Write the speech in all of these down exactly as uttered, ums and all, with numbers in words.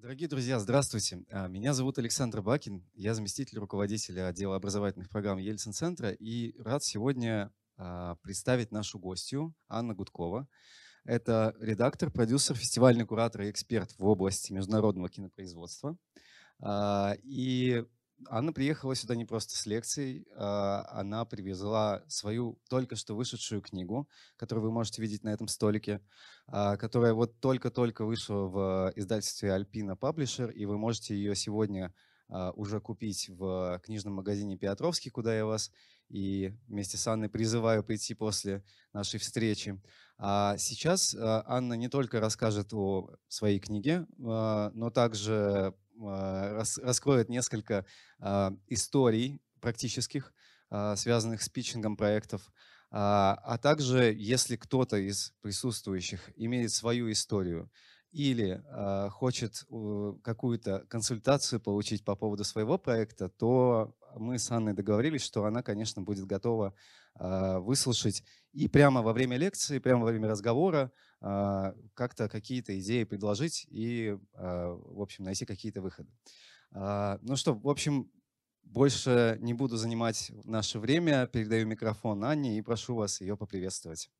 Дорогие друзья, здравствуйте. А, Меня зовут Александр Бакин. Я заместитель руководителя отдела образовательных программ Ельцин-центра и рад сегодня а, представить нашу гостью Анна Гудкова. Это редактор, продюсер, фестивальный куратор и эксперт в области международного кинопроизводства. А, И Анна приехала сюда не просто с лекцией, а, она привезла свою только что вышедшую книгу, которую вы можете видеть на этом столике, а, которая вот только-только вышла в издательстве Альпина Паблишер, и вы можете ее сегодня а, уже купить в книжном магазине Петровский, куда я вас и вместе с Анной призываю прийти после нашей встречи. А сейчас а, Анна не только расскажет о своей книге, а, но также а, рас- раскроет несколько а, историй практических, а, связанных с питчингом проектов. А а также, если кто-то из присутствующих имеет свою историю или а, хочет э, какую-то консультацию получить по поводу своего проекта, то мы с Анной договорились, что она, конечно, будет готова а, выслушать и прямо во время лекции, прямо во время разговора а, как-то какие-то идеи предложить и, а, в общем, найти какие-то выходы. А, Ну что, в общем, больше не буду занимать наше время. Передаю микрофон Анне и прошу вас ее поприветствовать.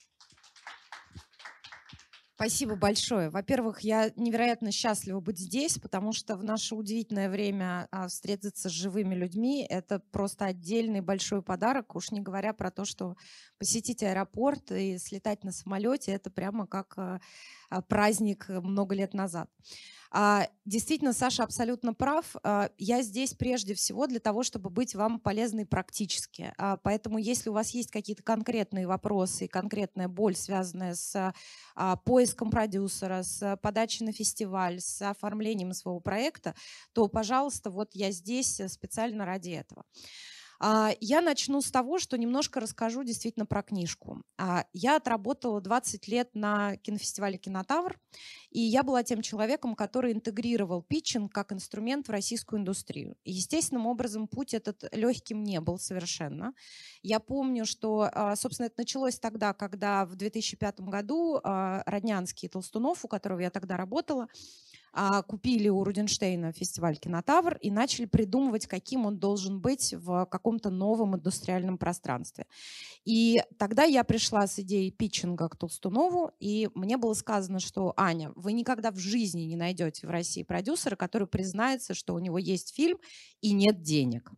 Спасибо большое. Во-первых, я невероятно счастлива быть здесь, потому что в наше удивительное время а, встретиться с живыми людьми — это просто отдельный большой подарок, уж не говоря про то, что посетить аэропорт и слетать на самолете — это прямо как а, а, праздник э, много лет назад. А, Действительно, Саша абсолютно прав. А, Я здесь прежде всего для того, чтобы быть вам полезной практически. А, Поэтому, если у вас есть какие-то конкретные вопросы и конкретная боль, связанная с а, поиском продюсера, с подачей на фестиваль, с оформлением своего проекта, то, пожалуйста, вот я здесь э, специально ради этого. А, Я начну с того, что немножко расскажу действительно про книжку. А, Я отработала двадцать лет на кинофестивале «Кинотавр», и я была тем человеком, который интегрировал питчинг как инструмент в российскую индустрию. И естественным образом путь этот легким не был совершенно. Я помню, что, а, собственно, это началось тогда, когда в две тысячи пятом году а, Роднянский и Толстунов, у которого я тогда работала, а, купили у Рудинштейна фестиваль «Кинотавр» и начали придумывать, каким он должен быть в каком-то новом индустриальном пространстве. И тогда я пришла с идеей питчинга к Толстунову, и мне было сказано, что: Аня, вы никогда в жизни не найдете в России продюсера, который признается, что у него есть фильм и нет денег.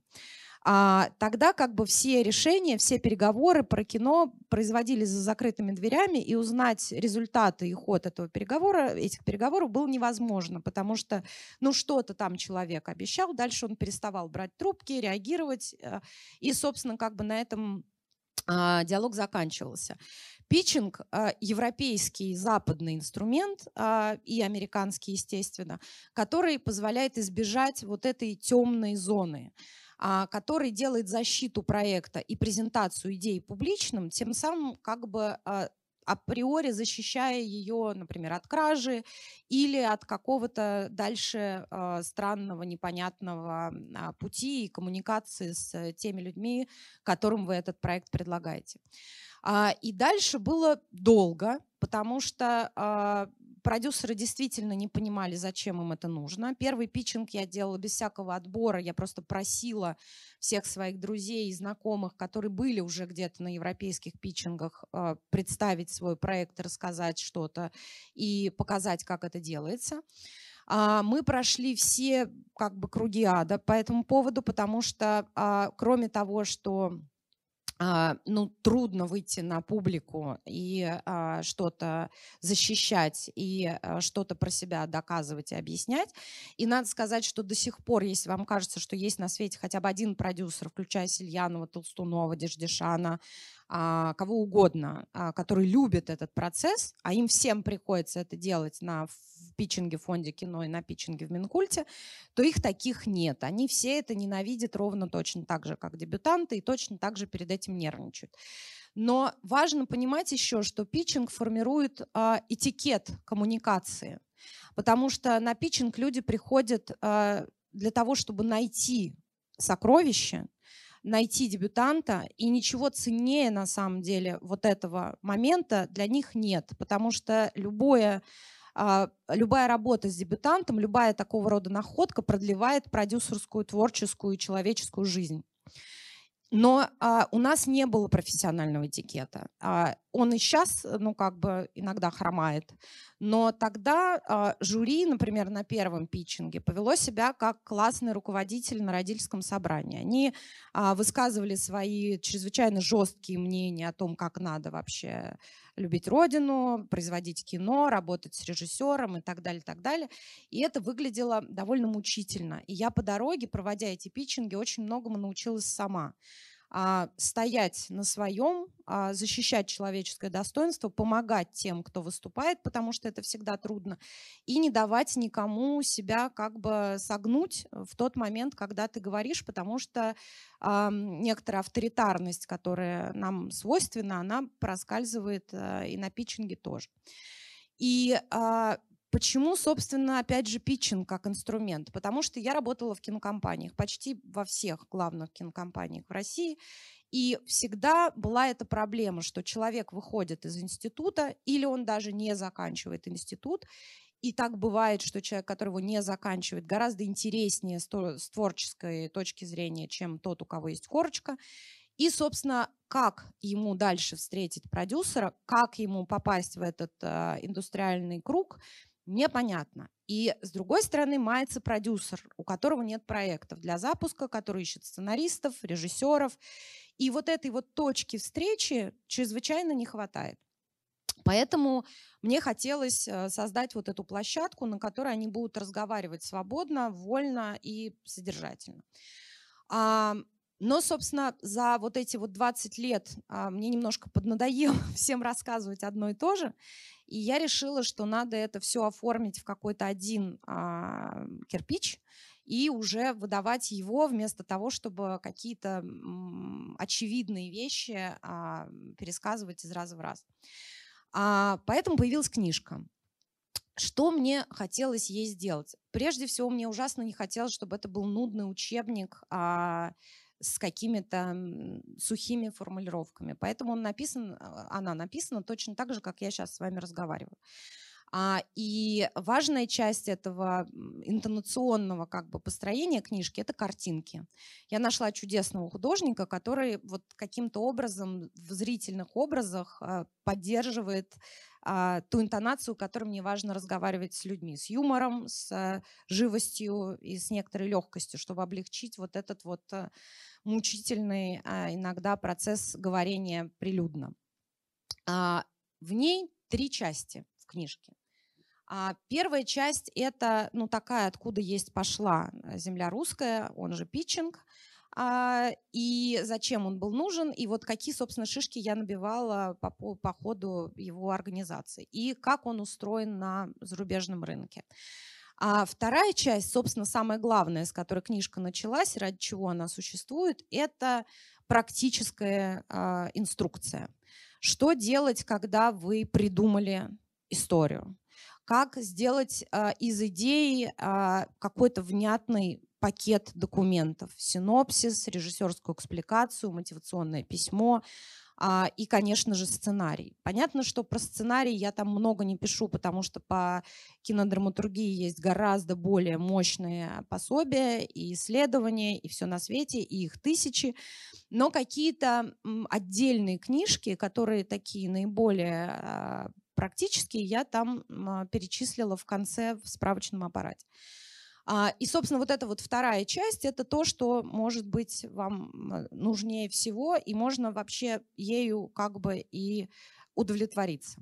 А, тогда как бы все решения, все переговоры про кино производились за закрытыми дверями, и узнать результаты и ход этого переговора, этих переговоров было невозможно, потому что, ну, что-то там человек обещал, дальше он переставал брать трубки, реагировать, э, и, собственно, как бы на этом а, диалог заканчивался. Питчинг а, европейский, западный инструмент, а, и американский, естественно, который позволяет избежать вот этой темной зоны, а, который делает защиту проекта и презентацию идей публичным, тем самым как бы а, априори защищая ее, например, от кражи или от какого-то дальше а, странного, непонятного а, пути и коммуникации с теми людьми, которым вы этот проект предлагаете. А, И дальше было долго, потому что а, продюсеры действительно не понимали, зачем им это нужно. Первый питчинг я делала без всякого отбора. Я просто просила всех своих друзей и знакомых, которые были уже где-то на европейских питчингах, а, представить свой проект, рассказать что-то и показать, как это делается. А, Мы прошли все как бы круги ада по этому поводу, потому что а, кроме того, что а, ну, трудно выйти на публику и а, что-то защищать, и а, что-то про себя доказывать и объяснять. И надо сказать, что до сих пор, если вам кажется, что есть на свете хотя бы один продюсер, включая Сильянова, Толстунова, Деждешана, а, кого угодно, а, который любит этот процесс, а им всем приходится это делать на в питчинге в фонде кино и на питчинге в Минкульте, то их таких нет. Они все это ненавидят ровно точно так же, как дебютанты, и точно так же перед этим нервничают. Но важно понимать еще, что питчинг формирует а, этикет коммуникации, потому что на питчинг люди приходят а, для того, чтобы найти сокровище, найти дебютанта, и ничего ценнее на самом деле вот этого момента для них нет, потому что любое а, любая работа с дебютантом, любая такого рода находка продлевает продюсерскую, творческую и человеческую жизнь. Но а, у нас не было профессионального этикета. А, он и сейчас, ну, как бы иногда хромает. Но тогда а, жюри, например, на первом питчинге повело себя как классный руководитель на родительском собрании. Они а, высказывали свои чрезвычайно жесткие мнения о том, как надо вообще любить родину, производить кино, работать с режиссером и так далее, так далее. И это выглядело довольно мучительно. И я по дороге, проводя эти питчинги, очень многому научилась сама. А, стоять на своем, а, защищать человеческое достоинство, помогать тем, кто выступает, потому что это всегда трудно, и не давать никому себя как бы согнуть в тот момент, когда ты говоришь, потому что а, некоторая авторитарность, которая нам свойственна, она проскальзывает а, и на питчинге тоже. И а, почему, собственно, опять же, питчинг как инструмент? Потому что я работала в кинокомпаниях, почти во всех главных кинокомпаниях в России, и всегда была эта проблема, что человек выходит из института, или он даже не заканчивает институт, и так бывает, что человек, которого не заканчивает, гораздо интереснее с творческой точки зрения, чем тот, у кого есть корочка. И, собственно, как ему дальше встретить продюсера, как ему попасть в этот э, индустриальный круг, непонятно. И, с другой стороны, мается продюсер, у которого нет проектов для запуска, который ищет сценаристов, режиссеров. И вот этой вот точки встречи чрезвычайно не хватает. Поэтому мне хотелось создать вот эту площадку, на которой они будут разговаривать свободно, вольно и содержательно. Но, собственно, за вот эти вот двадцать лет а, мне немножко поднадоело всем рассказывать одно и то же. И я решила, что надо это все оформить в какой-то один а, кирпич и уже выдавать его вместо того, чтобы какие-то м, очевидные вещи а, пересказывать из раза в раз. А, поэтому появилась книжка. Что мне хотелось ей сделать? Прежде всего, мне ужасно не хотелось, чтобы это был нудный учебник а, с какими-то сухими формулировками. Поэтому он написан, она написана точно так же, как я сейчас с вами разговариваю. А, и важная часть этого интонационного как бы построения книжки – это картинки. Я нашла чудесного художника, который вот каким-то образом в зрительных образах а, поддерживает а, ту интонацию, которой мне важно разговаривать с людьми, с юмором, с живостью и с некоторой легкостью, чтобы облегчить вот этот вот мучительный а, иногда процесс говорения прилюдно. А, в ней три части в книжке. А первая часть – это ну, такая, откуда есть пошла земля русская, он же питчинг, а, и зачем он был нужен, и вот какие, собственно, шишки я набивала по, по, по ходу его организации, и как он устроен на зарубежном рынке. А вторая часть, собственно, самая главная, с которой книжка началась, ради чего она существует, это практическая а, инструкция. Что делать, когда вы придумали историю? Как сделать а, из идеи а, какой-то внятный пакет документов, синопсис, режиссерскую экспликацию, мотивационное письмо а, и, конечно же, сценарий. Понятно, что про сценарий я там много не пишу, потому что по кинодраматургии есть гораздо более мощные пособия и исследования, и все на свете, и их тысячи. Но какие-то отдельные книжки, которые такие наиболее а, практические, я там а, перечислила в конце в справочном аппарате. И, собственно, вот эта вот вторая часть – это то, что, может быть, вам нужнее всего, и можно вообще ею как бы и удовлетвориться.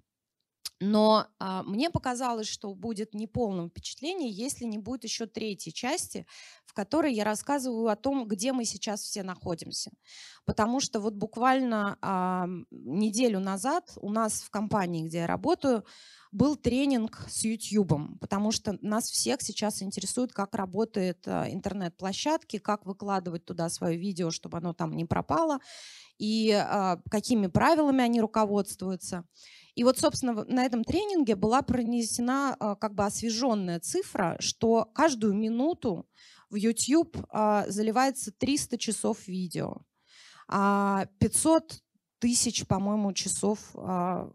Но а, мне показалось, что будет неполным впечатление, если не будет еще третьей части, в которой я рассказываю о том, где мы сейчас все находимся. Потому что вот буквально а, неделю назад у нас в компании, где я работаю, был тренинг с ютубом, потому что нас всех сейчас интересует, как работает интернет-площадки, как выкладывать туда свое видео, чтобы оно там не пропало, и а, какими правилами они руководствуются. И вот, собственно, на этом тренинге была пронесена а, как бы освеженная цифра, что каждую минуту в YouTube а, заливается триста часов видео, а, пятьсот тысяч, по-моему, часов а,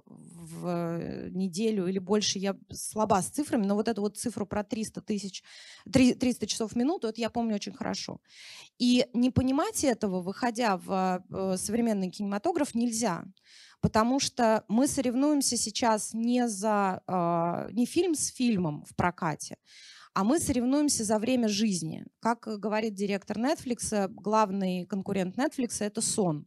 в неделю или больше. Я слаба с цифрами, но вот эту вот цифру про триста тысяч, триста часов в минуту, это я помню очень хорошо. И не понимать этого, выходя в э, современный кинематограф, нельзя. Потому что мы соревнуемся сейчас не за э, не фильм с фильмом в прокате, а мы соревнуемся за время жизни. Как говорит директор Netflix, главный конкурент Netflix — это сон.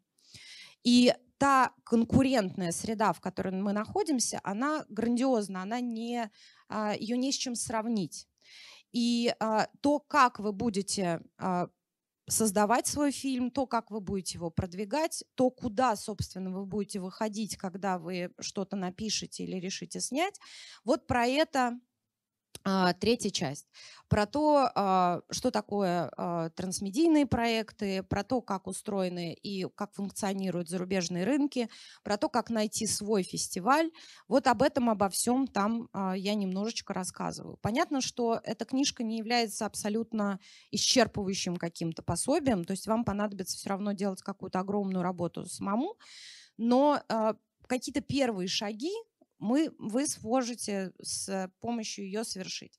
И та конкурентная среда, в которой мы находимся, она грандиозна, она не, а, ее не с чем сравнить. И а, то, как вы будете а, создавать свой фильм, то, как вы будете его продвигать, то, куда, собственно, вы будете выходить, когда вы что-то напишете или решите снять, вот про это а, третья часть. Про то, а, что такое а, трансмедийные проекты, про то, как устроены и как функционируют зарубежные рынки, про то, как найти свой фестиваль. Вот об этом, обо всем там а, я немножечко рассказываю. Понятно, что эта книжка не является абсолютно исчерпывающим каким-то пособием, то есть вам понадобится все равно делать какую-то огромную работу самому, но а, какие-то первые шаги мы, вы сможете с помощью ее совершить.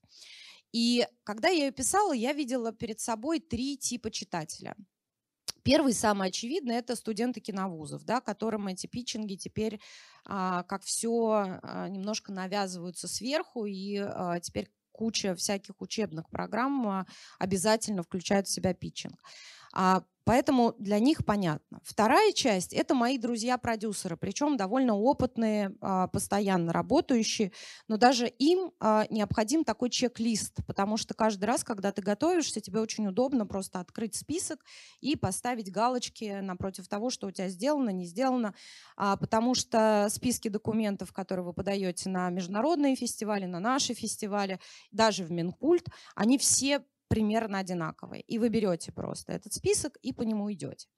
И когда я ее писала, я видела перед собой три типа читателя. Первый, самый очевидный, это студенты киновузов, да, которым эти питчинги теперь а, как все а, немножко навязываются сверху, и а, теперь куча всяких учебных программ а, обязательно включают в себя питчинг. А, Поэтому для них понятно. Вторая часть — это мои друзья-продюсеры, причем довольно опытные, а, постоянно работающие, но даже им а, необходим такой чек-лист, потому что каждый раз, когда ты готовишься, тебе очень удобно просто открыть список и поставить галочки напротив того, что у тебя сделано, не сделано, а, потому что списки документов, которые вы подаете на международные фестивали, на наши фестивали, даже в Минкульт, они все примерно одинаковые. И вы берете просто этот список и по нему идете.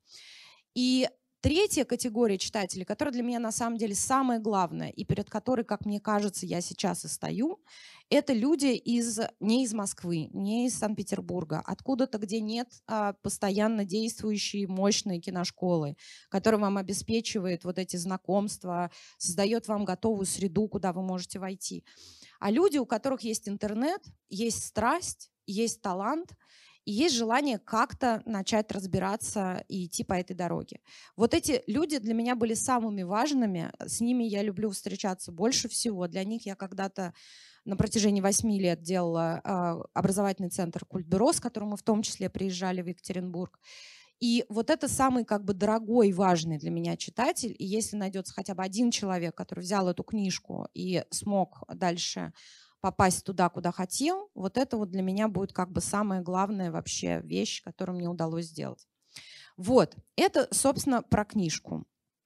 И третья категория читателей, которая для меня на самом деле самая главная, и перед которой, как мне кажется, я сейчас и стою, это люди из, не из Москвы, не из Санкт-Петербурга, откуда-то, где нет а, постоянно действующей мощной киношколы, которая вам обеспечивает вот эти знакомства, создает вам готовую среду, куда вы можете войти. А люди, у которых есть интернет, есть страсть, есть талант и есть желание как-то начать разбираться и идти по этой дороге. Вот эти люди для меня были самыми важными, с ними я люблю встречаться больше всего. Для них я когда-то на протяжении восьми лет делала э, образовательный центр «Культбюро», с которым мы в том числе приезжали в Екатеринбург. И вот это самый как бы дорогой, важный для меня читатель. И если найдется хотя бы один человек, который взял эту книжку и смог дальше попасть туда, куда хотел, вот это вот для меня будет как бы самая главная вообще вещь, которую мне удалось сделать. Вот, это, собственно, про книжку.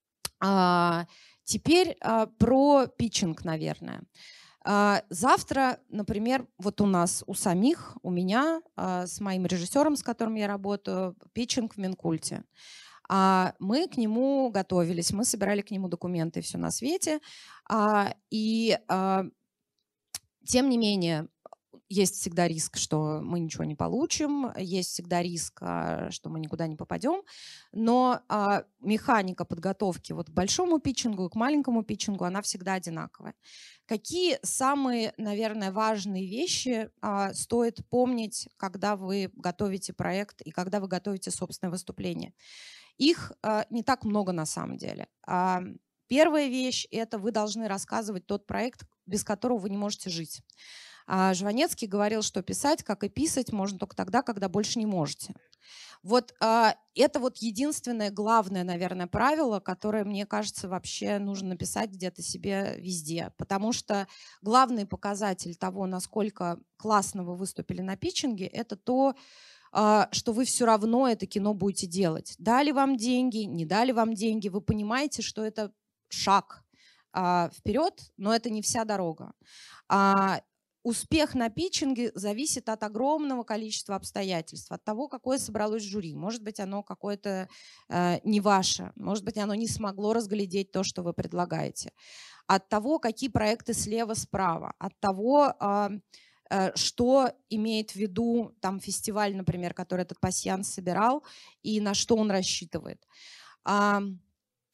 А, теперь а, про питчинг, наверное. А, завтра, например, вот у нас, у самих, у меня, а, с моим режиссером, с которым я работаю, питчинг в Минкульте. А мы к нему готовились, мы собирали к нему документы, все на свете. А, и а, тем не менее, есть всегда риск, что мы ничего не получим, есть всегда риск, а, что мы никуда не попадем, но а, механика подготовки вот к большому питчингу и к маленькому питчингу, она всегда одинаковая. Какие самые, наверное, важные вещи а, стоит помнить, когда вы готовите проект и когда вы готовите собственное выступление? Их а, не так много на самом деле. А, первая вещь — это вы должны рассказывать тот проект, без которого вы не можете жить. А Жванецкий говорил, что писать, как и писать, можно только тогда, когда больше не можете. Вот а, это вот единственное главное, наверное, правило, которое, мне кажется, вообще нужно написать где-то себе везде. Потому что главный показатель того, насколько классно вы выступили на питчинге, это то, а, что вы все равно это кино будете делать. Дали вам деньги, не дали вам деньги, вы понимаете, что это шаг а, вперед, но это не вся дорога. А, Успех на питчинге зависит от огромного количества обстоятельств, от того, какое собралось жюри. Может быть, оно какое-то э, не ваше, может быть, оно не смогло разглядеть то, что вы предлагаете. От того, какие проекты слева-справа, от того, э, э, что имеет в виду там фестиваль, например, который этот пасьянс собирал, и на что он рассчитывает. А,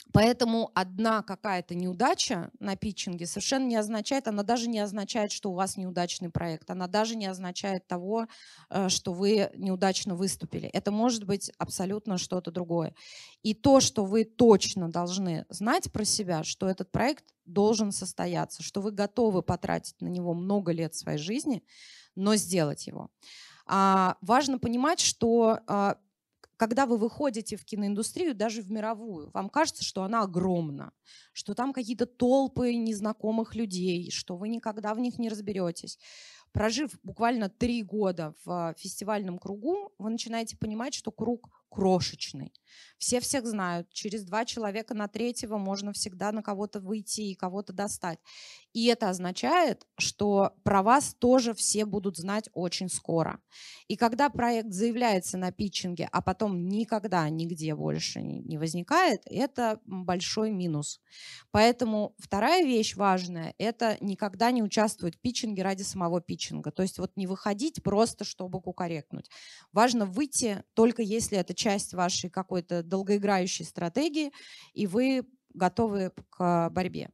Поэтому одна какая-то неудача на питчинге совершенно не означает, она даже не означает, что у вас неудачный проект, она даже не означает того, э, что вы неудачно выступили. Это может быть абсолютно что-то другое. И то, что вы точно должны знать про себя, что этот проект должен состояться, что вы готовы потратить на него много лет своей жизни, но сделать его. А, важно понимать, что а, когда вы выходите в киноиндустрию, даже в мировую, вам кажется, что она огромна, что там какие-то толпы незнакомых людей, что вы никогда в них не разберетесь. Прожив буквально три года в фестивальном кругу, вы начинаете понимать, что круг крошечный. Все всех знают. Через два человека на третьего можно всегда на кого-то выйти и кого-то достать. И это означает, что про вас тоже все будут знать очень скоро. И когда проект заявляется на питчинге, а потом никогда нигде больше не возникает, это большой минус. Поэтому вторая вещь важная – это никогда не участвовать в питчинге ради самого питчинга. То есть вот не выходить просто, чтобы кукарекнуть. Важно выйти только если это часть вашей какой-то долгоиграющей стратегии, и вы готовы к борьбе.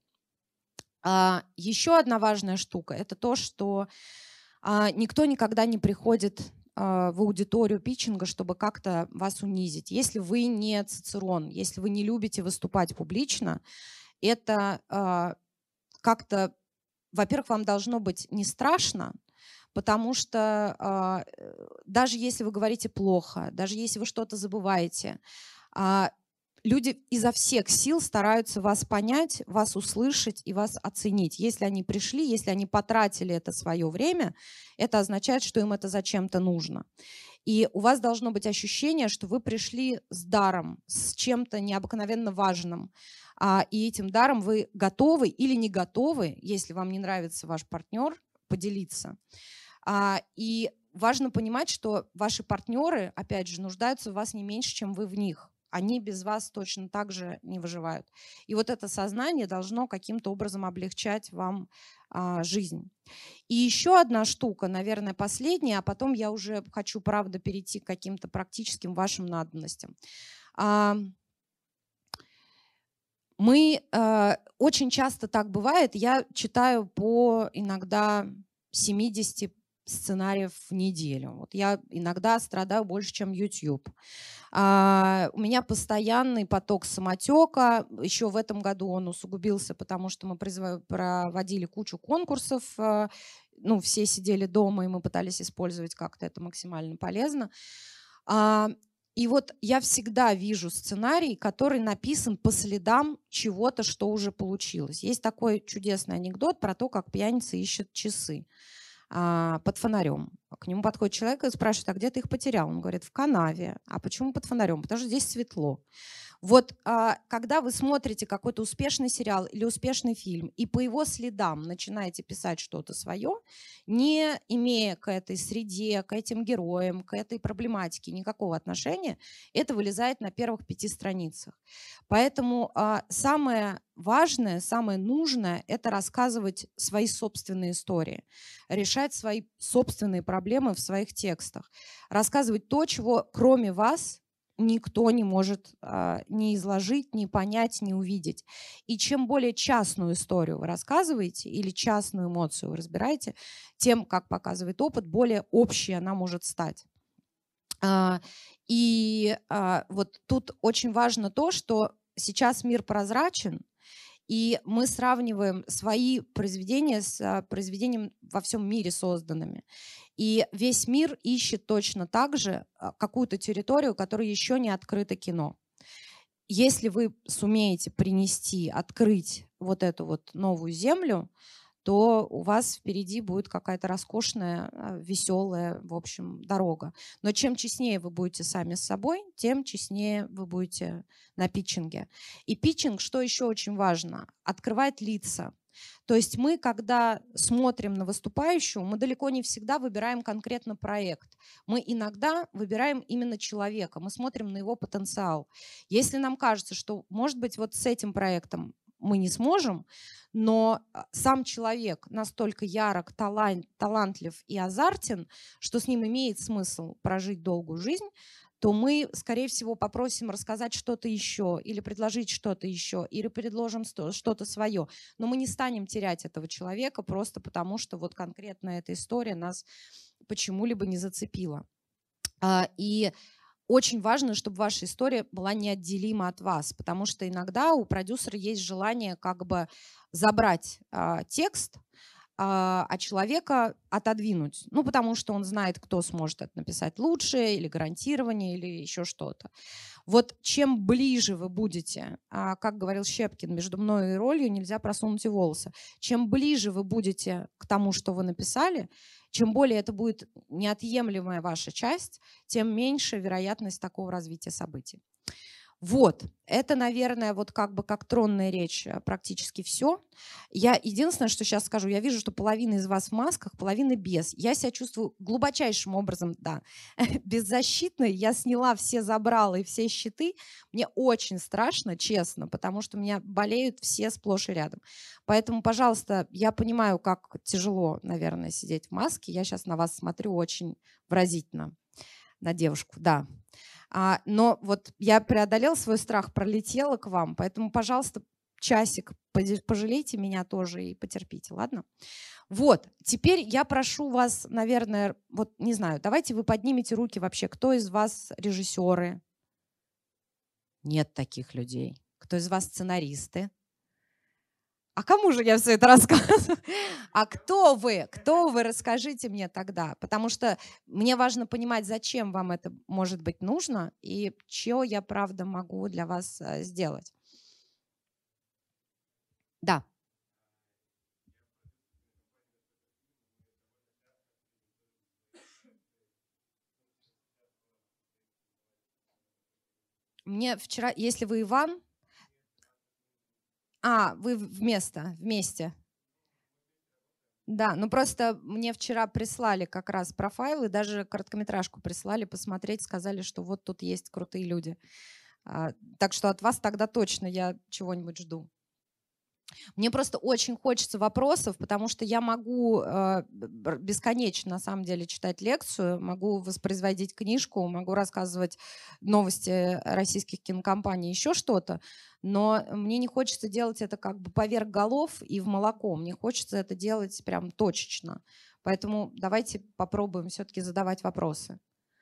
А, еще одна важная штука – это то, что а, никто никогда не приходит а, в аудиторию питчинга, чтобы как-то вас унизить. Если вы не цицерон, если вы не любите выступать публично, это а, как-то, во-первых, вам должно быть не страшно, потому что а, даже если вы говорите плохо, даже если вы что-то забываете, а, люди изо всех сил стараются вас понять, вас услышать и вас оценить. Если они пришли, если они потратили это свое время, это означает, что им это зачем-то нужно. И у вас должно быть ощущение, что вы пришли с даром, с чем-то необыкновенно важным. А, и этим даром вы готовы или не готовы, если вам не нравится ваш партнер, поделиться. А, и важно понимать, что ваши партнеры, опять же, нуждаются в вас не меньше, чем вы в них. Они без вас точно так же не выживают. И вот это сознание должно каким-то образом облегчать вам а, жизнь. И еще одна штука, наверное, последняя, а потом я уже хочу, правда, перейти к каким-то практическим вашим надобностям. А, мы э, очень часто так бывает, я читаю по иногда семидесяти сценариев в неделю. Вот я иногда страдаю больше, чем YouTube. А, у меня постоянный поток самотека. Еще в этом году он усугубился, потому что мы проводили кучу конкурсов. Ну, все сидели дома, и мы пытались использовать как-то это максимально полезно. А, и вот я всегда вижу сценарий, который написан по следам чего-то, что уже получилось. Есть такой чудесный анекдот про то, как пьяница ищет часы под фонарем. К нему подходит человек и спрашивает, а где ты их потерял? Он говорит, в канаве. А почему под фонарем? Потому что здесь светло. Вот когда вы смотрите какой-то успешный сериал или успешный фильм и по его следам начинаете писать что-то свое, не имея к этой среде, к этим героям, к этой проблематике никакого отношения, это вылезает на первых пяти страницах. Поэтому самое важное, самое нужное – это рассказывать свои собственные истории, решать свои собственные проблемы в своих текстах, рассказывать то, чего кроме вас никто не может а, ни изложить, ни понять, ни увидеть. И чем более частную историю вы рассказываете или частную эмоцию вы разбираете, тем, как показывает опыт, более общей она может стать. А, и а, вот тут очень важно то, что сейчас мир прозрачен, и мы сравниваем свои произведения с произведениями во всем мире созданными. И весь мир ищет точно так же какую-то территорию, которая еще не открыта кино. Если вы сумеете принести, открыть вот эту вот новую землю, то у вас впереди будет какая-то роскошная, веселая, в общем, дорога. Но чем честнее вы будете сами с собой, тем честнее вы будете на питчинге. И питчинг, что еще очень важно, открывает лица. То есть мы, когда смотрим на выступающего, мы далеко не всегда выбираем конкретно проект. Мы иногда выбираем именно человека, мы смотрим на его потенциал. Если нам кажется, что, может быть, вот с этим проектом мы не сможем, но сам человек настолько ярок, талант, талантлив и азартен, что с ним имеет смысл прожить долгую жизнь, то мы, скорее всего, попросим рассказать что-то еще или предложить что-то еще, или предложим что-то свое. Но мы не станем терять этого человека просто потому, что вот конкретно эта история нас почему-либо не зацепила. И очень важно, чтобы ваша история была неотделима от вас, потому что иногда у продюсера есть желание как бы забрать а, текст, а, а человека отодвинуть. Ну, потому что он знает, кто сможет это написать лучше, или гарантирование, или еще что-то. Вот чем ближе вы будете, а, как говорил Щепкин, между мной и ролью нельзя просунуть и волосы. Чем ближе вы будете к тому, что вы написали, чем более это будет неотъемлемая ваша часть, тем меньше вероятность такого развития событий. Вот, это, наверное, вот как бы как тронная речь практически все. Я единственное, что сейчас скажу, я вижу, что половина из вас в масках, половина без. Я себя чувствую глубочайшим образом, да, беззащитной. Я сняла все забрала и все щиты. Мне очень страшно, честно, потому что у меня болеют все сплошь и рядом. Поэтому, пожалуйста, я понимаю, как тяжело, наверное, сидеть в маске. Я сейчас на вас смотрю очень выразительно, на девушку, да. А, но вот я преодолела свой страх, пролетела к вам, поэтому, пожалуйста, часик пожалейте меня тоже и потерпите, ладно? Вот, теперь я прошу вас, наверное, вот не знаю, давайте вы поднимете руки вообще, кто из вас режиссеры? Нет таких людей. Кто из вас сценаристы? А кому же я все это рассказываю? А кто вы? Кто вы? Расскажите мне тогда. Потому что мне важно понимать, зачем вам это может быть нужно и что я, правда, могу для вас сделать. Да. Мне вчера, если вы Иван... А, вы вместо, вместе. Да, ну просто мне вчера прислали как раз профайлы, даже короткометражку прислали посмотреть, сказали, что вот тут есть крутые люди. А, так что от вас тогда точно я чего-нибудь жду. Мне просто очень хочется вопросов, потому что я могу э, бесконечно, на самом деле, читать лекцию, могу воспроизводить книжку, могу рассказывать новости российских кинокомпаний, еще что-то, но мне не хочется делать это как бы поверх голов и в молоко. Мне хочется это делать прям точечно. Поэтому давайте попробуем все-таки задавать вопросы.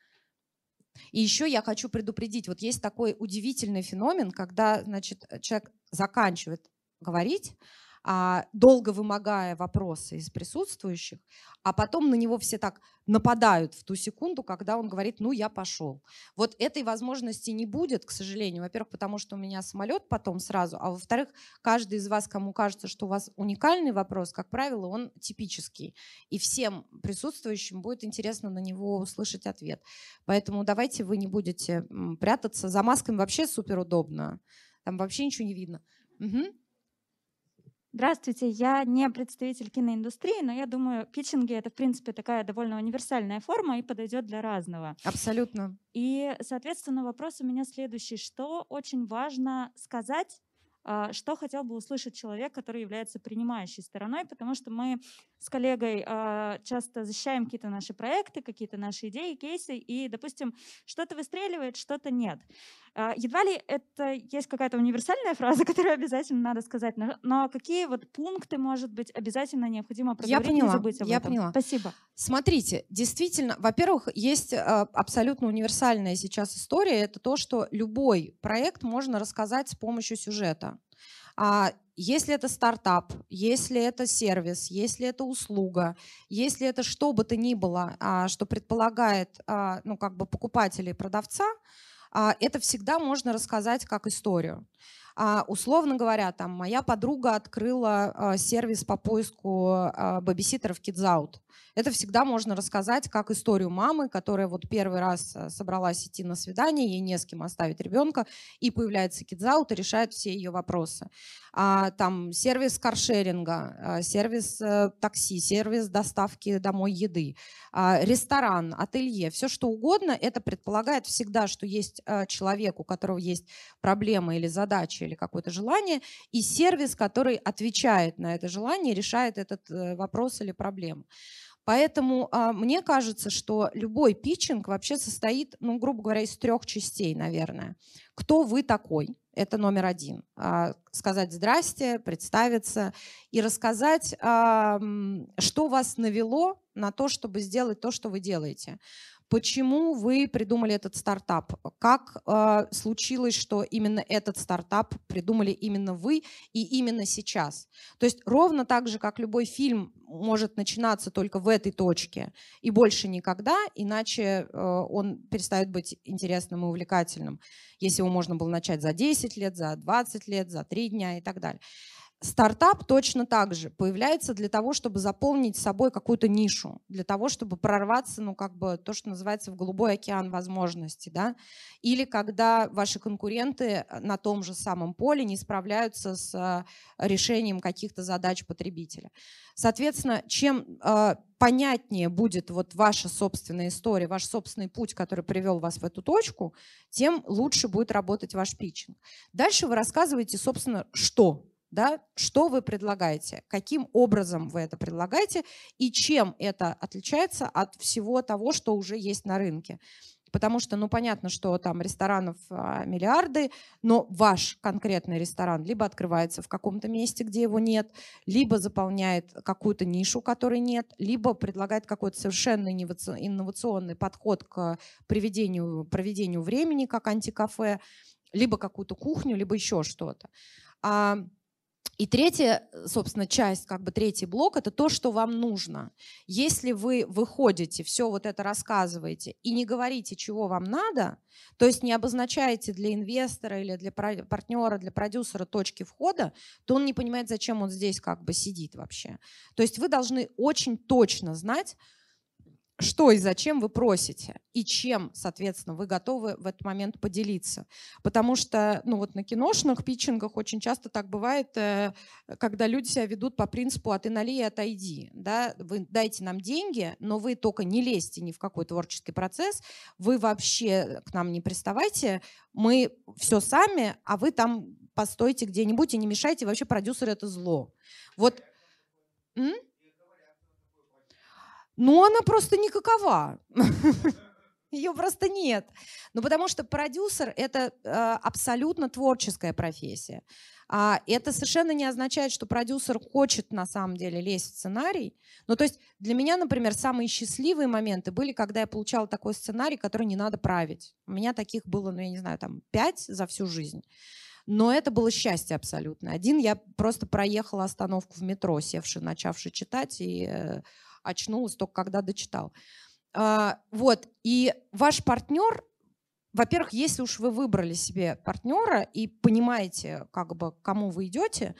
И еще я хочу предупредить, вот есть такой удивительный феномен, когда, значит, человек заканчивает говорить, а, долго вымогая вопросы из присутствующих, а потом на него все так нападают в ту секунду, когда он говорит: ну, я пошел. Вот этой возможности не будет, к сожалению. Во-первых, потому что у меня самолет потом сразу, а во-вторых, каждый из вас, кому кажется, что у вас уникальный вопрос, как правило, он типический. И всем присутствующим будет интересно на него услышать ответ. Поэтому давайте вы не будете прятаться. За масками вообще суперудобно. Там вообще ничего не видно. Угу. Здравствуйте, я не представитель киноиндустрии, но я думаю, питчинги — это, в принципе, такая довольно универсальная форма и подойдет для разного. Абсолютно. И, соответственно, вопрос у меня следующий. Что очень важно сказать, что хотел бы услышать человек, который является принимающей стороной, потому что мы с коллегой часто защищаем какие-то наши проекты, какие-то наши идеи, кейсы, и, допустим, что-то выстреливает, что-то нет. Едва ли это есть какая-то универсальная фраза, которую обязательно надо сказать, но, но какие вот пункты, может быть, обязательно необходимо проговорить, я поняла, не забыть об я этом? Поняла. Спасибо. Смотрите, действительно, во-первых, есть абсолютно универсальная сейчас история, это то, что любой проект можно рассказать с помощью сюжета. Если это стартап, если это сервис, если это услуга, если это что бы то ни было, что предполагает, ну, как бы покупателя и продавца, это всегда можно рассказать как историю. А, условно говоря, там, моя подруга открыла а, сервис по поиску а, бэбиситеров Kids Out. Это всегда можно рассказать как историю мамы, которая вот первый раз собралась идти на свидание, ей не с кем оставить ребенка, и появляется Kids Out и решает все ее вопросы. А, там, сервис каршеринга, а, сервис а, такси, сервис доставки домой еды, а, ресторан, ателье, все что угодно. Это предполагает всегда, что есть а, человек, у которого есть проблема или задача, или какое-то желание, и сервис, который отвечает на это желание, решает этот вопрос или проблему. Поэтому а, мне кажется, что любой питчинг вообще состоит, ну, грубо говоря, из трех частей, наверное. Кто вы такой? Это номер один. А, сказать «здрасте», представиться и рассказать, а, что вас навело на то, чтобы сделать то, что вы делаете. Почему вы придумали этот стартап? Как э, случилось, что именно этот стартап придумали именно вы и именно сейчас? То есть ровно так же, как любой фильм может начинаться только в этой точке и больше никогда, иначе э, он перестает быть интересным и увлекательным, если его можно было начать за десять лет, за двадцать лет, за три дня и так далее. Стартап точно так же появляется для того, чтобы заполнить собой какую-то нишу, для того, чтобы прорваться, ну, как бы то, что называется, в голубой океан возможностей, да, или когда ваши конкуренты на том же самом поле не справляются с решением каких-то задач потребителя. Соответственно, чем э, понятнее будет вот ваша собственная история, ваш собственный путь, который привел вас в эту точку, тем лучше будет работать ваш питчинг. Дальше вы рассказываете, собственно, что. Да, что вы предлагаете, каким образом вы это предлагаете и чем это отличается от всего того, что уже есть на рынке. Потому что, ну, понятно, что там ресторанов а, миллиарды, но ваш конкретный ресторан либо открывается в каком-то месте, где его нет, либо заполняет какую-то нишу, которой нет, либо предлагает какой-то совершенно инновационный подход к проведению, проведению времени, как антикафе, либо какую-то кухню, либо еще что-то. А, И третья, собственно, часть, как бы третий блок, это то, что вам нужно. Если вы выходите, все вот это рассказываете и не говорите, чего вам надо, то есть не обозначаете для инвестора или для партнера, для продюсера точки входа, то он не понимает, зачем он здесь как бы сидит вообще. То есть вы должны очень точно знать, что и зачем вы просите, и чем, соответственно, вы готовы в этот момент поделиться. Потому что, ну вот на киношных питчингах очень часто так бывает, когда люди себя ведут по принципу «а ты налей и отойди». Да? Вы дайте нам деньги, но вы только не лезьте ни в какой творческий процесс, вы вообще к нам не приставайте, мы все сами, а вы там постойте где-нибудь и не мешайте, вообще продюсер – это зло. Вот. М? Ну, она просто никакова. Ее просто нет. Ну, потому что продюсер – это э, абсолютно творческая профессия. А это совершенно не означает, что продюсер хочет на самом деле лезть в сценарий. Ну, то есть для меня, например, самые счастливые моменты были, когда я получала такой сценарий, который не надо править. У меня таких было, ну, я не знаю, там пять за всю жизнь. Но это было счастье абсолютно. Один я просто проехала остановку в метро, севши, начавши читать, и э, очнулась только когда дочитал. А, вот. И ваш партнер, во-первых, если уж вы выбрали себе партнера и понимаете, как бы, к кому вы идете,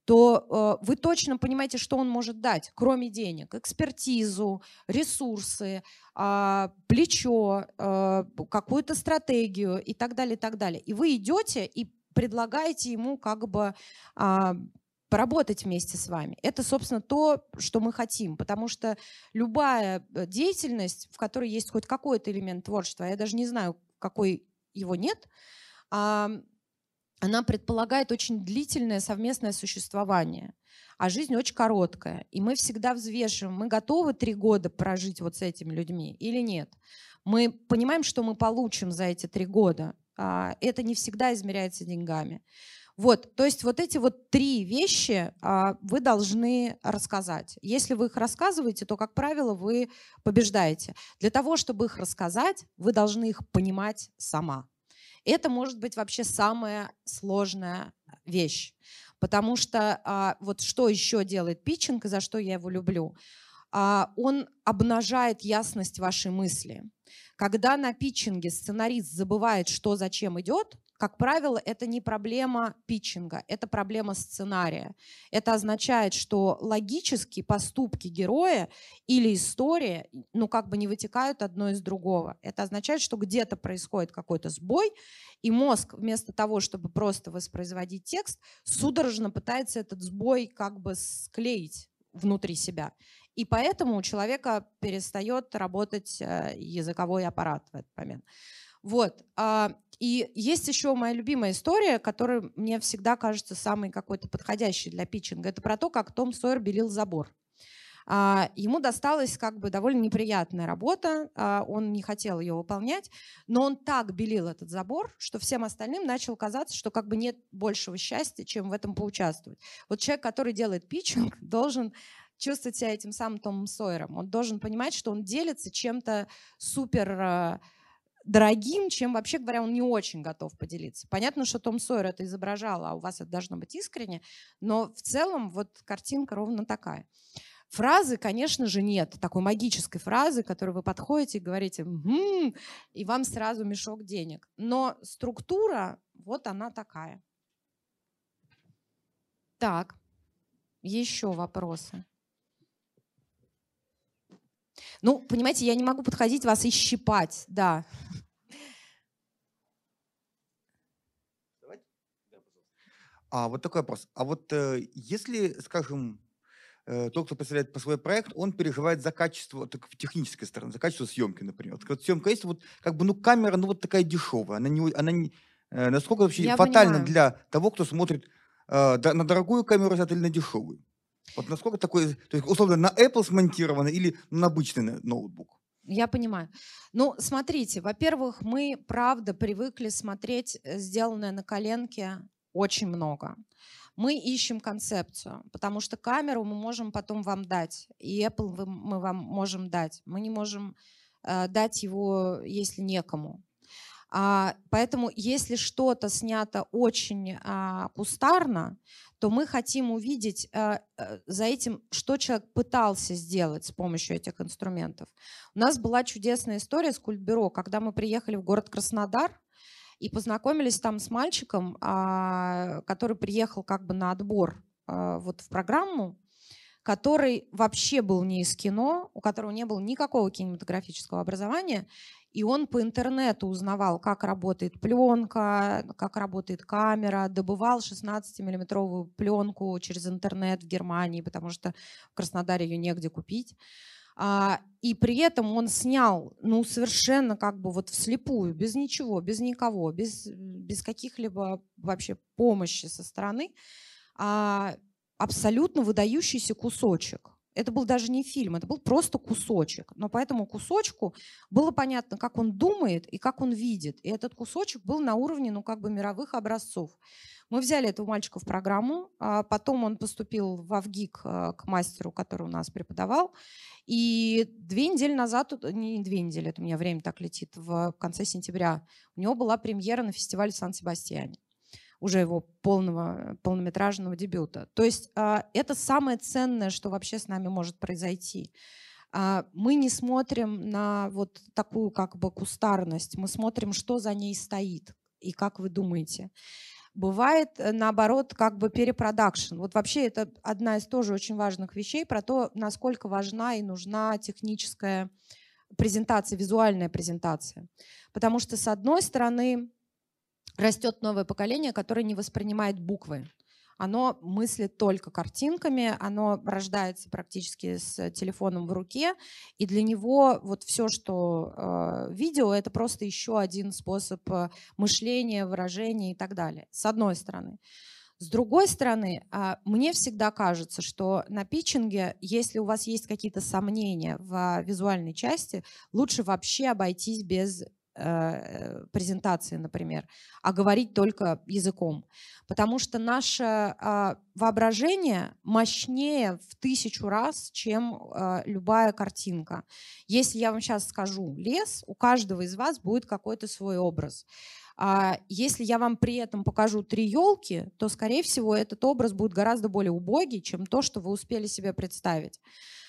то э, вы точно понимаете, что он может дать, кроме денег: экспертизу, ресурсы, э, плечо, э, какую-то стратегию и так далее, и так далее. И вы идете и предлагаете ему как бы а, поработать вместе с вами. Это, собственно, то, что мы хотим, потому что любая деятельность, в которой есть хоть какой-то элемент творчества, я даже не знаю, какой его нет, а, она предполагает очень длительное совместное существование, а жизнь очень короткая. И мы всегда взвешиваем, мы готовы три года прожить вот с этими людьми или нет. Мы понимаем, что мы получим за эти три года. Это не всегда измеряется деньгами. Вот, то есть вот эти вот три вещи а, вы должны рассказать. Если вы их рассказываете, то, как правило, вы побеждаете. Для того, чтобы их рассказать, вы должны их понимать сама. Это может быть вообще самая сложная вещь. Потому что а, вот что еще делает питчинг и за что я его люблю? А, он обнажает ясность вашей мысли. Когда на питчинге сценарист забывает, что зачем идет, как правило, это не проблема питчинга, это проблема сценария. Это означает, что логически поступки героя или история, ну, как бы не вытекают одно из другого. Это означает, что где-то происходит какой-то сбой, и мозг вместо того, чтобы просто воспроизводить текст, судорожно пытается этот сбой как бы склеить внутри себя. И поэтому у человека перестает работать языковой аппарат в этот момент. Вот. И есть еще моя любимая история, которая мне всегда кажется самой какой-то подходящей для питчинга. Это про то, как Том Сойер белил забор. А, ему досталась как бы довольно неприятная работа, а, он не хотел ее выполнять, но он так белил этот забор, что всем остальным начало казаться, что как бы нет большего счастья, чем в этом поучаствовать. Вот человек, который делает питчинг, должен чувствовать себя этим самым Томом Сойером. Он должен понимать, что он делится чем-то супер дорогим, чем, вообще говоря, он не очень готов поделиться. Понятно, что Том Сойер это изображал, а у вас это должно быть искренне, но в целом вот картинка ровно такая. Фразы, конечно же, нет. Такой магической фразы, которой вы подходите и говорите «Угу», и вам сразу мешок денег. Но структура, вот она такая. Так, еще вопросы. Ну, понимаете, я не могу подходить вас и щипать, да. А вот такой вопрос. А вот э, если, скажем, э, тот, кто представляет по свой проект, он переживает за качество, так, в технической стороне, за качество съемки, например. Вот съемка есть, вот как бы, ну, камера, ну, вот такая дешевая. Она не, она не, э, насколько вообще Я фатально понимаю. для того, кто смотрит э, да, на дорогую камеру или на дешевую? Вот насколько такой, то есть, условно, на Apple смонтировано или на обычный ноутбук? Я понимаю. Ну, смотрите, во-первых, мы, правда, привыкли смотреть сделанное на коленке очень много. Мы ищем концепцию, потому что камеру мы можем потом вам дать, и Apple мы вам можем дать. Мы не можем э, дать его, если некому. А, поэтому, если что-то снято очень а, кустарно, то мы хотим увидеть а, а, за этим, что человек пытался сделать с помощью этих инструментов. У нас была чудесная история с Культбюро, когда мы приехали в город Краснодар и познакомились там с мальчиком, а, который приехал как бы на отбор а, вот в программу, который вообще был не из кино, у которого не было никакого кинематографического образования, и он по интернету узнавал, как работает пленка, как работает камера, добывал шестнадцатимиллиметровую пленку через интернет в Германии, потому что в Краснодаре ее негде купить. И при этом он снял, ну, совершенно как бы вот вслепую, без ничего, без никого, без, без каких-либо вообще помощи со стороны, абсолютно выдающийся кусочек. Это был даже не фильм, это был просто кусочек. Но по этому кусочку было понятно, как он думает и как он видит. И этот кусочек был на уровне, ну, как бы мировых образцов. Мы взяли этого мальчика в программу, а потом он поступил в АВГИК к мастеру, который у нас преподавал. И две недели назад, не две недели, это у меня время так летит, в конце сентября, у него была премьера на фестивале в Сан-Себастьяне, уже его полного, полнометражного дебюта. То есть это самое ценное, что вообще с нами может произойти. Мы не смотрим на вот такую как бы кустарность, мы смотрим, что за ней стоит и как вы думаете. Бывает, наоборот, как бы перепродакшн. Вот вообще это одна из тоже очень важных вещей про то, насколько важна и нужна техническая презентация, визуальная презентация. Потому что, с одной стороны, растет новое поколение, которое не воспринимает буквы. Оно мыслит только картинками, оно рождается практически с телефоном в руке, и для него вот все, что э, видео, это просто еще один способ мышления, выражения и так далее, с одной стороны. С другой стороны, э, мне всегда кажется, что на питчинге, если у вас есть какие-то сомнения в визуальной части, лучше вообще обойтись без презентации, например, а говорить только языком. Потому что наше э, воображение мощнее в тысячу раз, чем э, любая картинка. Если я вам сейчас скажу лес, у каждого из вас будет какой-то свой образ. А если я вам при этом покажу три елки, то, скорее всего, этот образ будет гораздо более убогий, чем то, что вы успели себе представить.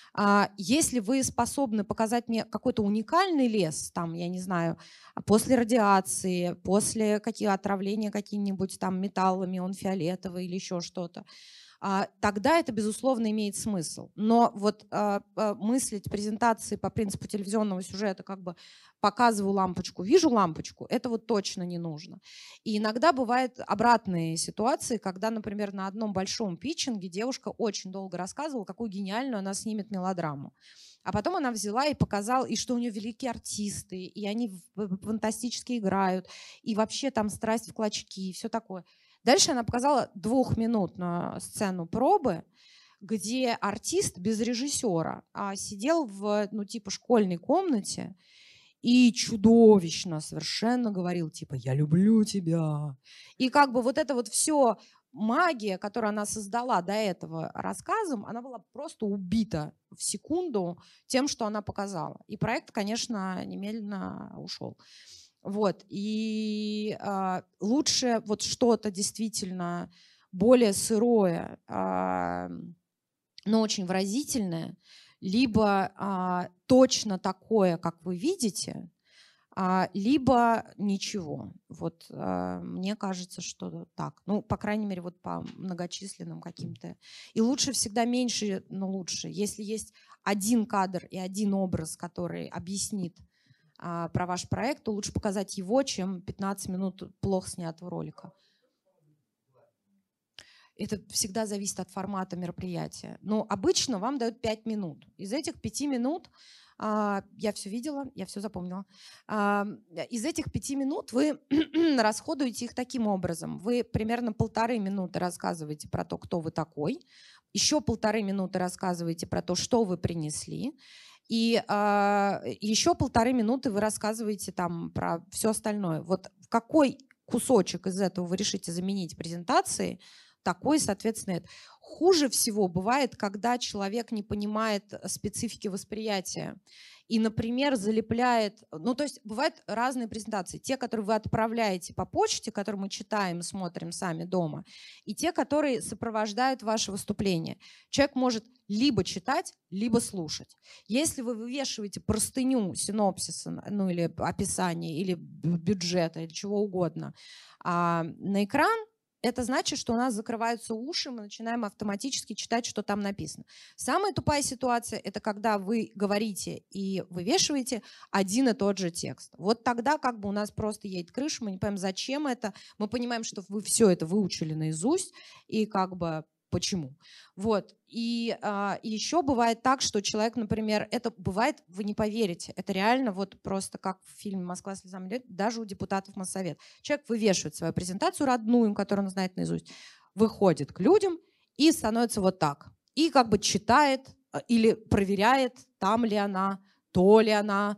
Если вы способны показать мне какой-то уникальный лес, там, я не знаю, после радиации, после каких отравления какими-нибудь там металлами, он фиолетовый или еще что-то, тогда это, безусловно, имеет смысл. Но вот мыслить презентации по принципу телевизионного сюжета, как бы показываю лампочку, вижу лампочку, это вот точно не нужно. И иногда бывают обратные ситуации, когда, например, на одном большом питчинге девушка очень долго рассказывала, какую гениальную она снимет мелодраму. А потом она взяла и показала, и что у нее великие артисты, и они фантастически играют, и вообще там страсть в клочки, и все такое. Дальше она показала двухминутную сцену пробы, где артист без режиссера а, сидел в, ну, типа, школьной комнате и чудовищно совершенно говорил, типа, я люблю тебя. И как бы вот это вот все магия, которую она создала до этого рассказом, она была просто убита в секунду тем, что она показала. И проект, конечно, немедленно ушел. Вот. И а, лучше вот что-то действительно более сырое, а, но очень выразительное, либо а, точно такое, как вы видите, а, либо ничего. Вот а, мне кажется, что так. Ну, по крайней мере, вот по многочисленным каким-то. И лучше всегда меньше, но лучше. Если есть один кадр и один образ, который объяснит а, про ваш проект, то лучше показать его, чем пятнадцать минут плохо снятого ролика. Это всегда зависит от формата мероприятия. Но обычно вам дают пять минут. Из этих пяти минут, а, я все видела, я все запомнила, а, из этих пяти минут вы расходуете их таким образом. Вы примерно полторы минуты рассказываете про то, кто вы такой, еще полторы минуты рассказываете про то, что вы принесли, и а, еще полторы минуты вы рассказываете там про все остальное. Вот в какой кусочек из этого вы решите заменить презентацией, такой, соответственно, это. Хуже всего бывает, когда человек не понимает специфики восприятия и, например, залепляет... Ну, то есть бывают разные презентации. Те, которые вы отправляете по почте, которые мы читаем, смотрим сами дома, и те, которые сопровождают ваше выступление. Человек может либо читать, либо слушать. Если вы вывешиваете простыню синопсиса, ну, или описания, или бюджета, или чего угодно а, на экран, это значит, что у нас закрываются уши, мы начинаем автоматически читать, что там написано. Самая тупая ситуация – это когда вы говорите и вывешиваете один и тот же текст. Вот тогда как бы у нас просто едет крыша, мы не понимаем, зачем это. Мы понимаем, что вы все это выучили наизусть и как бы почему. Вот. И, а, и еще бывает так, что человек, например, это бывает, вы не поверите, это реально вот просто как в фильме «Москва слезам не верит», даже у депутатов Моссовет. Человек вывешивает свою презентацию родную, которую он знает наизусть, выходит к людям и становится вот так. И как бы читает или проверяет, там ли она, то ли она.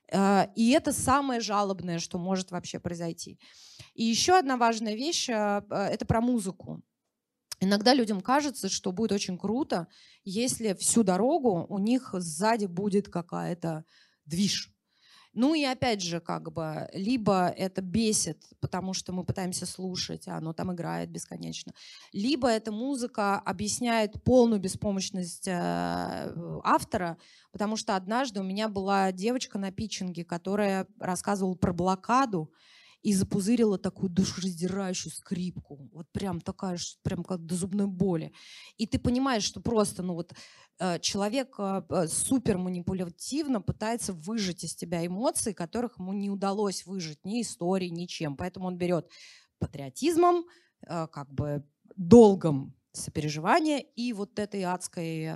И это самое жалобное, что может вообще произойти. И еще одна важная вещь – это про музыку. Иногда людям кажется, что будет очень круто, если всю дорогу у них сзади будет какая-то движ. Ну и опять же, как бы, либо это бесит, потому что мы пытаемся слушать, а оно там играет бесконечно, либо эта музыка объясняет полную беспомощность автора, потому что однажды у меня была девочка на питчинге, которая рассказывала про блокаду, и запузырила такую душераздирающую скрипку. Вот прям такая, прям как до зубной боли. И ты понимаешь, что просто ну вот, человек супер манипулятивно пытается выжать из тебя эмоции, которых ему не удалось выжать ни историей, ничем. Поэтому он берет патриотизмом, как бы долгом сопереживания и вот этой адской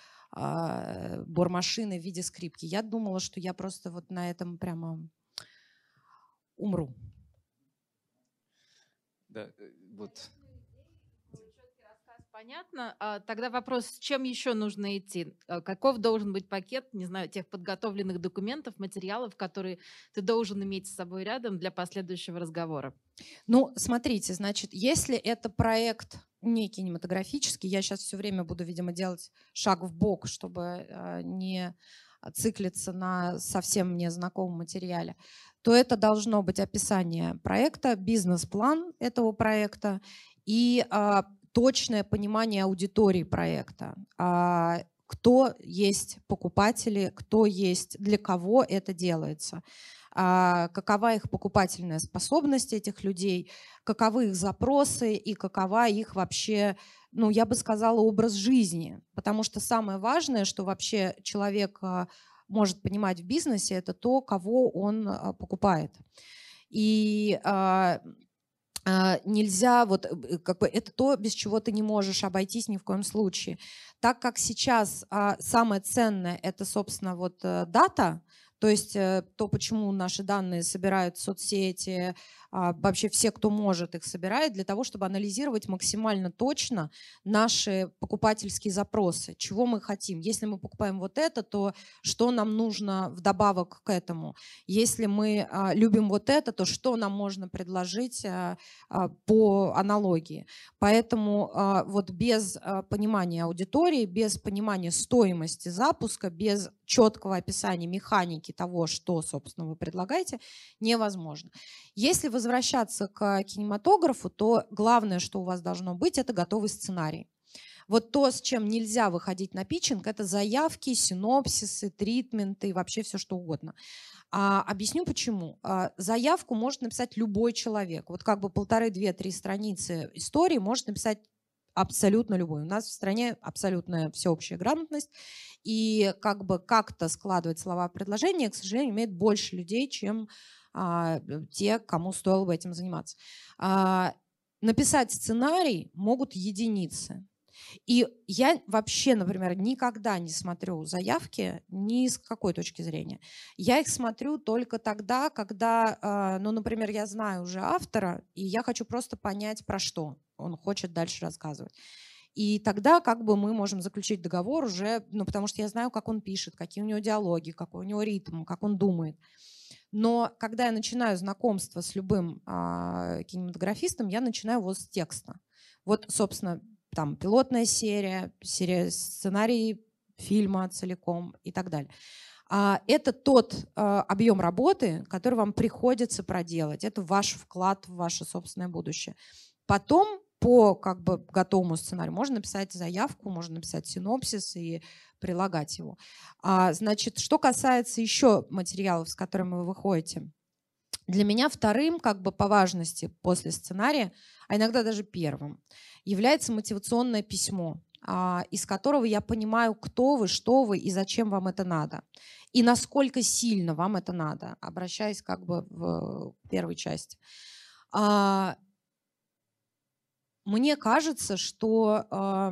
бормашины в виде скрипки. Я думала, что я просто вот на этом прямо умру. Да, вот. Понятно. А тогда вопрос, с чем еще нужно идти? Каков должен быть пакет, не знаю, тех подготовленных документов, материалов, которые ты должен иметь с собой рядом для последующего разговора? Ну, смотрите, значит, если это проект не кинематографический, я сейчас все время буду, видимо, делать шаг в бок, чтобы не циклиться на совсем незнакомом материале, то это должно быть описание проекта, бизнес-план этого проекта и а, точное понимание аудитории проекта. А, кто есть покупатели, кто есть, для кого это делается, а, какова их покупательная способность этих людей, каковы их запросы и какова их вообще, ну, я бы сказала, образ жизни. Потому что самое важное, что вообще человек может понимать в бизнесе, это то, кого он покупает. И а, а, нельзя, вот, как бы, это то, без чего ты не можешь обойтись ни в коем случае. Так как сейчас а, самое ценное – это, собственно, вот, дата, то есть то, почему наши данные собирают соцсети, а, вообще все, кто может, их собирает для того, чтобы анализировать максимально точно наши покупательские запросы, чего мы хотим. Если мы покупаем вот это, то что нам нужно вдобавок к этому? Если мы а, любим вот это, то что нам можно предложить а, а, по аналогии? Поэтому а, вот без а, понимания аудитории, без понимания стоимости запуска, без четкого описания механики того, что, собственно, вы предлагаете, невозможно. Если возвращаться к кинематографу, то главное, что у вас должно быть, это готовый сценарий. Вот то, с чем нельзя выходить на питчинг, это заявки, синопсисы, тритменты, вообще все что угодно. А, объясню почему. А, заявку может написать любой человек. Вот как бы полторы, две, три страницы истории может написать абсолютно любой. У нас в стране абсолютная всеобщая грамотность, и как бы как-то складывать слова в предложения, к сожалению, имеет больше людей, чем а, те, кому стоило бы этим заниматься. А, написать сценарий могут единицы. И я вообще, например, никогда не смотрю заявки ни с какой точки зрения. Я их смотрю только тогда, когда, ну, например, я знаю уже автора, и я хочу просто понять, про что он хочет дальше рассказывать. И тогда как бы мы можем заключить договор уже, ну, потому что я знаю, как он пишет, какие у него диалоги, какой у него ритм, как он думает. Но когда я начинаю знакомство с любым а, кинематографистом, я начинаю его с текста. Вот, собственно, там пилотная серия, серия сценарий фильма целиком и так далее. А, это тот а, объем работы, который вам приходится проделать. Это ваш вклад в ваше собственное будущее. Потом по как бы готовому сценарию можно написать заявку, можно написать синопсис и прилагать его. А, значит, что касается еще материалов, с которыми вы выходите, для меня вторым как бы по важности после сценария, а иногда даже первым, является мотивационное письмо, а, из которого я понимаю, кто вы, что вы и зачем вам это надо. И насколько сильно вам это надо, обращаясь как бы в первой части. А, Мне кажется, что э,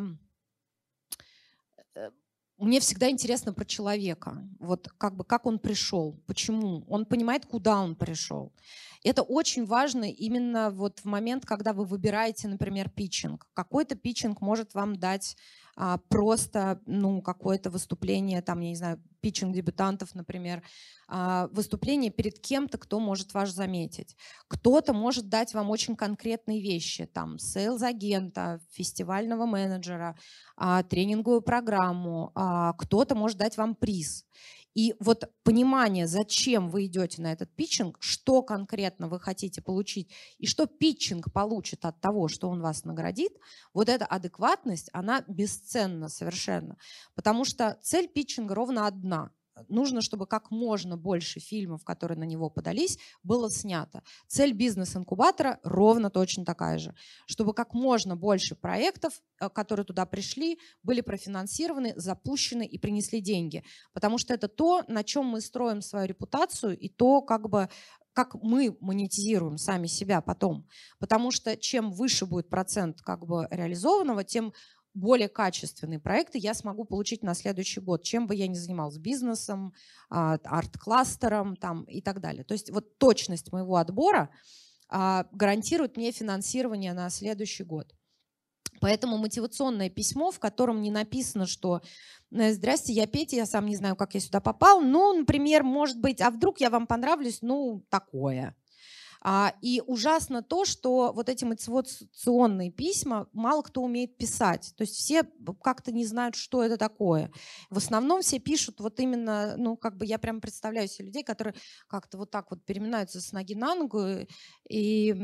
мне всегда интересно про человека. Вот как бы как он пришел, почему, он понимает, куда он пришел. Это очень важно именно вот в момент, когда вы выбираете, например, питчинг. Какой-то питчинг может вам дать а, просто ну, какое-то выступление, там, я не знаю, питчинг дебютантов, например, а, выступление перед кем-то, кто может вас заметить. Кто-то может дать вам очень конкретные вещи, там, сейлз-агента, фестивального менеджера, а, тренинговую программу, а, кто-то может дать вам приз. И вот понимание, зачем вы идете на этот питчинг, что конкретно вы хотите получить и что питчинг получит от того, что он вас наградит, вот эта адекватность, она бесценна совершенно. Потому что цель питчинга ровно одна. Нужно, чтобы как можно больше фильмов, которые на него подались, было снято. Цель бизнес-инкубатора ровно точно такая же. Чтобы как можно больше проектов, которые туда пришли, были профинансированы, запущены и принесли деньги. Потому что это то, на чем мы строим свою репутацию и то, как бы, как мы монетизируем сами себя потом. Потому что чем выше будет процент как бы реализованного, тем более качественные проекты я смогу получить на следующий год, чем бы я ни занималась, бизнесом, арт-кластером там, и так далее. То есть вот точность моего отбора а, гарантирует мне финансирование на следующий год. Поэтому мотивационное письмо, в котором не написано, что «Здрасте, я Петя, я сам не знаю, как я сюда попал, ну, например, может быть, а вдруг я вам понравлюсь, ну, такое». И ужасно то, что вот эти мотивационные письма мало кто умеет писать. То есть все как-то не знают, что это такое. В основном все пишут вот именно, ну, как бы я прям представляю себе людей, которые как-то вот так вот переминаются с ноги на ногу и...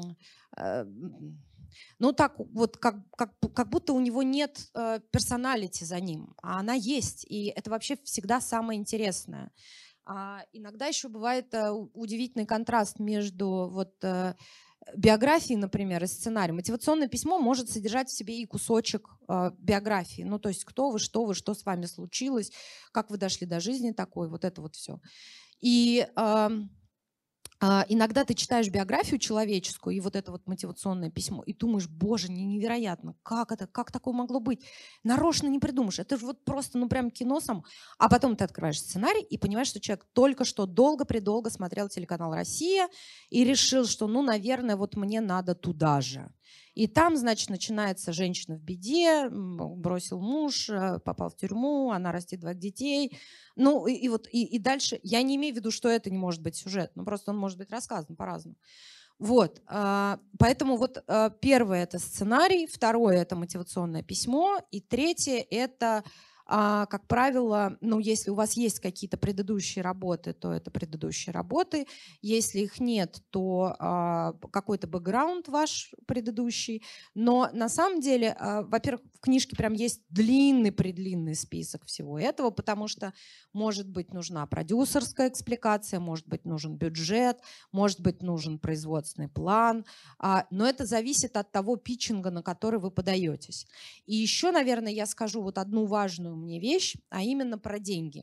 Ну так вот, как, как, как будто у него нет э, персоналити за ним, а она есть, и это вообще всегда самое интересное. А иногда еще бывает э, удивительный контраст между вот, э, биографией, например, и сценарием. Мотивационное письмо может содержать в себе и кусочек э, биографии, ну то есть кто вы, что вы, что с вами случилось, как вы дошли до жизни такой, вот это вот все. И... Э, А, иногда ты читаешь биографию человеческую и вот это вот мотивационное письмо, и думаешь, боже, не- невероятно, как это, как такое могло быть? Нарочно не придумаешь, это же вот просто, ну прям кино сам. А потом ты открываешь сценарий и понимаешь, что человек только что долго-предолго смотрел телеканал «Россия» и решил, что, ну, наверное, вот мне надо туда же. И там, значит, начинается женщина в беде, м, бросил муж, э, попал в тюрьму, она растит двоих детей. Ну, и, и вот и, и дальше, я не имею в виду, что это не может быть сюжет, но просто он может быть рассказан по-разному. Вот, а, поэтому вот а, первое – это сценарий, второе – это мотивационное письмо, и третье – это, а, как правило, ну, если у вас есть какие-то предыдущие работы, то это предыдущие работы, если их нет, то а, какой-то бэкграунд ваш предыдущий, но на самом деле, а, во-первых, в книжке прям есть длинный-предлинный список всего этого, потому что, может быть, нужна продюсерская экспликация, может быть, нужен бюджет, может быть, нужен производственный план, а, но это зависит от того питчинга, на который вы подаетесь. И еще, наверное, я скажу вот одну важную мне вещь, а именно про деньги.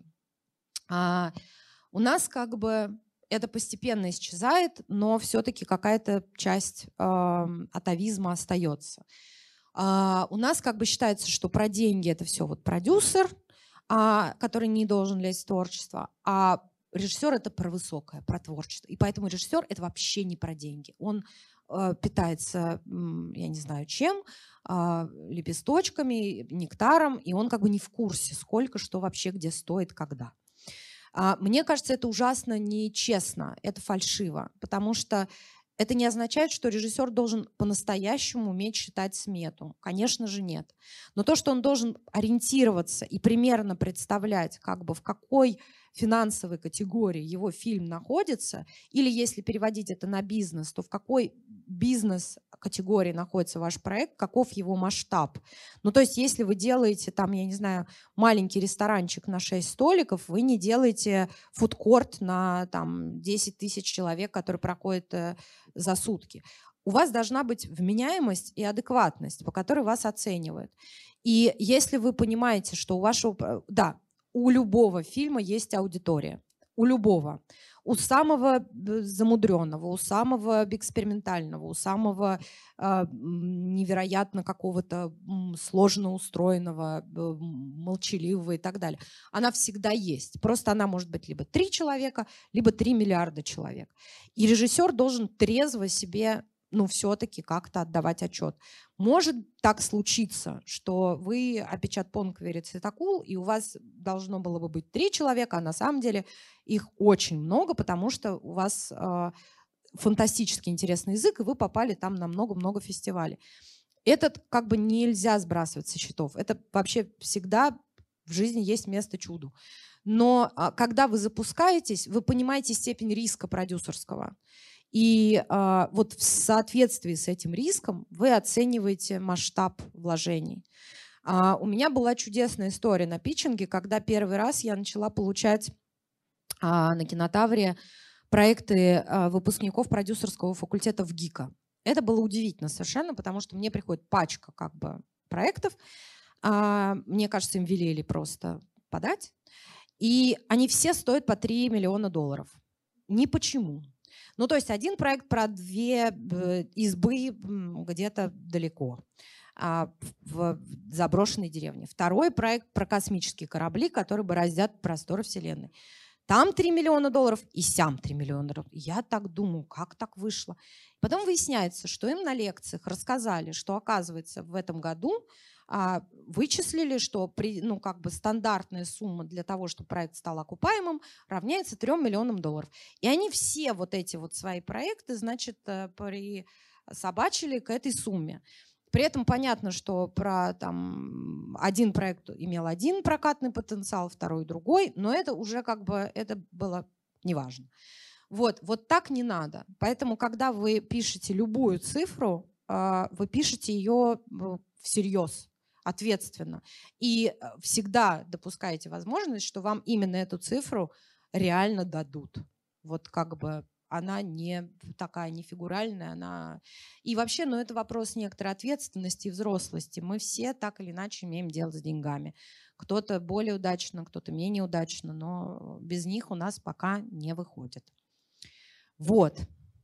А, у нас как бы это постепенно исчезает, но все-таки какая-то часть а, атовизма остается. А, у нас как бы считается, что про деньги это все вот продюсер, а, который не должен лезть в творчество, а режиссер это про высокое, про творчество. И поэтому режиссер это вообще не про деньги. Он э, питается, м, я не знаю чем, а, лепесточками, нектаром, и он как бы не в курсе, сколько что вообще где стоит, когда. А, Мне кажется, это ужасно нечестно, это фальшиво, потому что это не означает, что режиссер должен по-настоящему уметь считать смету. Конечно же, нет. Но то, что он должен ориентироваться и примерно представлять, как бы в какой финансовой категории его фильм находится, или если переводить это на бизнес, то в какой бизнес-категории находится ваш проект, каков его масштаб. Ну, то есть если вы делаете там, я не знаю, маленький ресторанчик на шесть столиков, вы не делаете фудкорт на там десять тысяч человек, который проходит э, за сутки. У вас должна быть вменяемость и адекватность, по которой вас оценивают. И если вы понимаете, что у вашего... Да, у любого фильма есть аудитория. У любого. У самого замудренного, у самого экспериментального, у самого э, невероятно какого-то сложно устроенного, молчаливого и так далее. Она всегда есть. Просто она может быть либо три человека, либо три миллиарда человек. И режиссер должен трезво себе, ну, все-таки как-то отдавать отчет. Может так случиться, что вы опечатпонковый цветокул, и у вас должно было бы быть три человека, а на самом деле их очень много, потому что у вас э, фантастически интересный язык, и вы попали там на много-много фестивалей. Этот как бы нельзя сбрасывать со счетов. Это вообще всегда в жизни есть место чуду. Но а, когда вы запускаетесь, вы понимаете степень риска продюсерского. И а, вот в соответствии с этим риском вы оцениваете масштаб вложений. А, у меня была чудесная история на питчинге, когда первый раз я начала получать а, на Кинотавре проекты а, выпускников продюсерского факультета в ГИКа. Это было удивительно совершенно, потому что мне приходит пачка как бы проектов. А, мне кажется, им велели просто подать. И они все стоят по три миллиона долларов. Ни почему. Ну, то есть один проект про две избы где-то далеко, в заброшенной деревне. Второй проект про космические корабли, которые бороздят просторы Вселенной. Там три миллиона долларов и сям три миллиона долларов. Я так думаю, как так вышло? Потом выясняется, что им на лекциях рассказали, что, оказывается, в этом году а, вычислили, что при, ну, как бы стандартная сумма для того, чтобы проект стал окупаемым, равняется трем миллионам долларов. И они все вот эти вот свои проекты, значит, присобачили к этой сумме. При этом понятно, что про там, один проект имел один прокатный потенциал, второй другой, но это уже как бы это было неважно. Вот, вот так не надо. Поэтому, когда вы пишете любую цифру, вы пишете ее всерьез, ответственно. И всегда допускаете возможность, что вам именно эту цифру реально дадут. Вот как бы она не такая, не фигуральная. Она... И вообще, ну, это вопрос некоторой ответственности и взрослости. Мы все так или иначе имеем дело с деньгами. Кто-то более удачно, кто-то менее удачно, но без них у нас пока не выходит. Вот.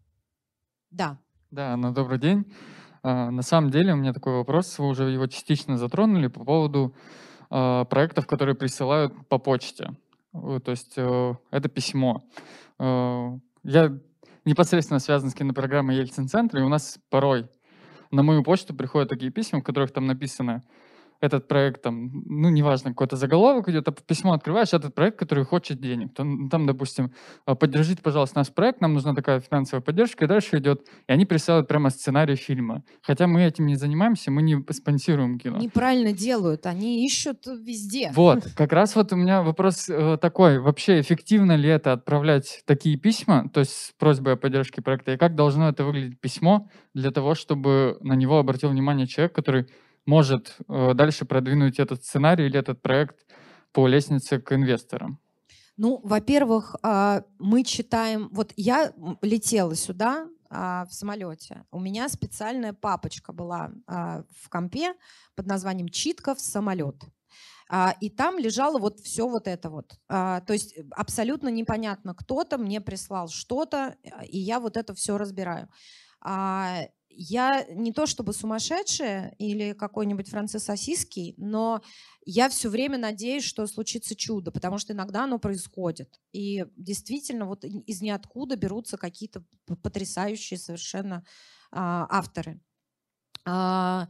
Да. Да, ну добрый день. А, На самом деле у меня такой вопрос, вы уже его частично затронули по поводу а, проектов, которые присылают по почте. Э, То есть э, это письмо. Э, Я непосредственно связан с кинопрограммой Ельцин-центр, и у нас порой на мою почту приходят такие письма, в которых там написано этот проект, там, ну, неважно, какой-то заголовок идет, а письмо открываешь, этот проект, который хочет денег. Там, там, допустим, а, поддержите, пожалуйста, наш проект, нам нужна такая финансовая поддержка, и дальше идет, и они присылают прямо сценарий фильма. Хотя мы этим не занимаемся, мы не спонсируем кино. Неправильно делают, они ищут везде. Вот, как раз вот у меня вопрос э, такой, вообще эффективно ли это отправлять такие письма, то есть с просьбой о поддержке проекта, и как должно это выглядеть письмо для того, чтобы на него обратил внимание человек, который может э, дальше продвинуть этот сценарий или этот проект по лестнице к инвесторам? Ну, во-первых, а, мы читаем... Вот я м, летела сюда а, в самолете. У меня специальная папочка была а, в компе под названием «Читка в самолет». А, И там лежало вот все вот это вот. А, То есть абсолютно непонятно, кто-то мне прислал что-то, а, и я вот это все разбираю. А, Я не то чтобы сумасшедшая или какой-нибудь Франциск Ассизский, но я все время надеюсь, что случится чудо, потому что иногда оно происходит. И действительно вот и- из ниоткуда берутся какие-то п- потрясающие совершенно а, авторы. А,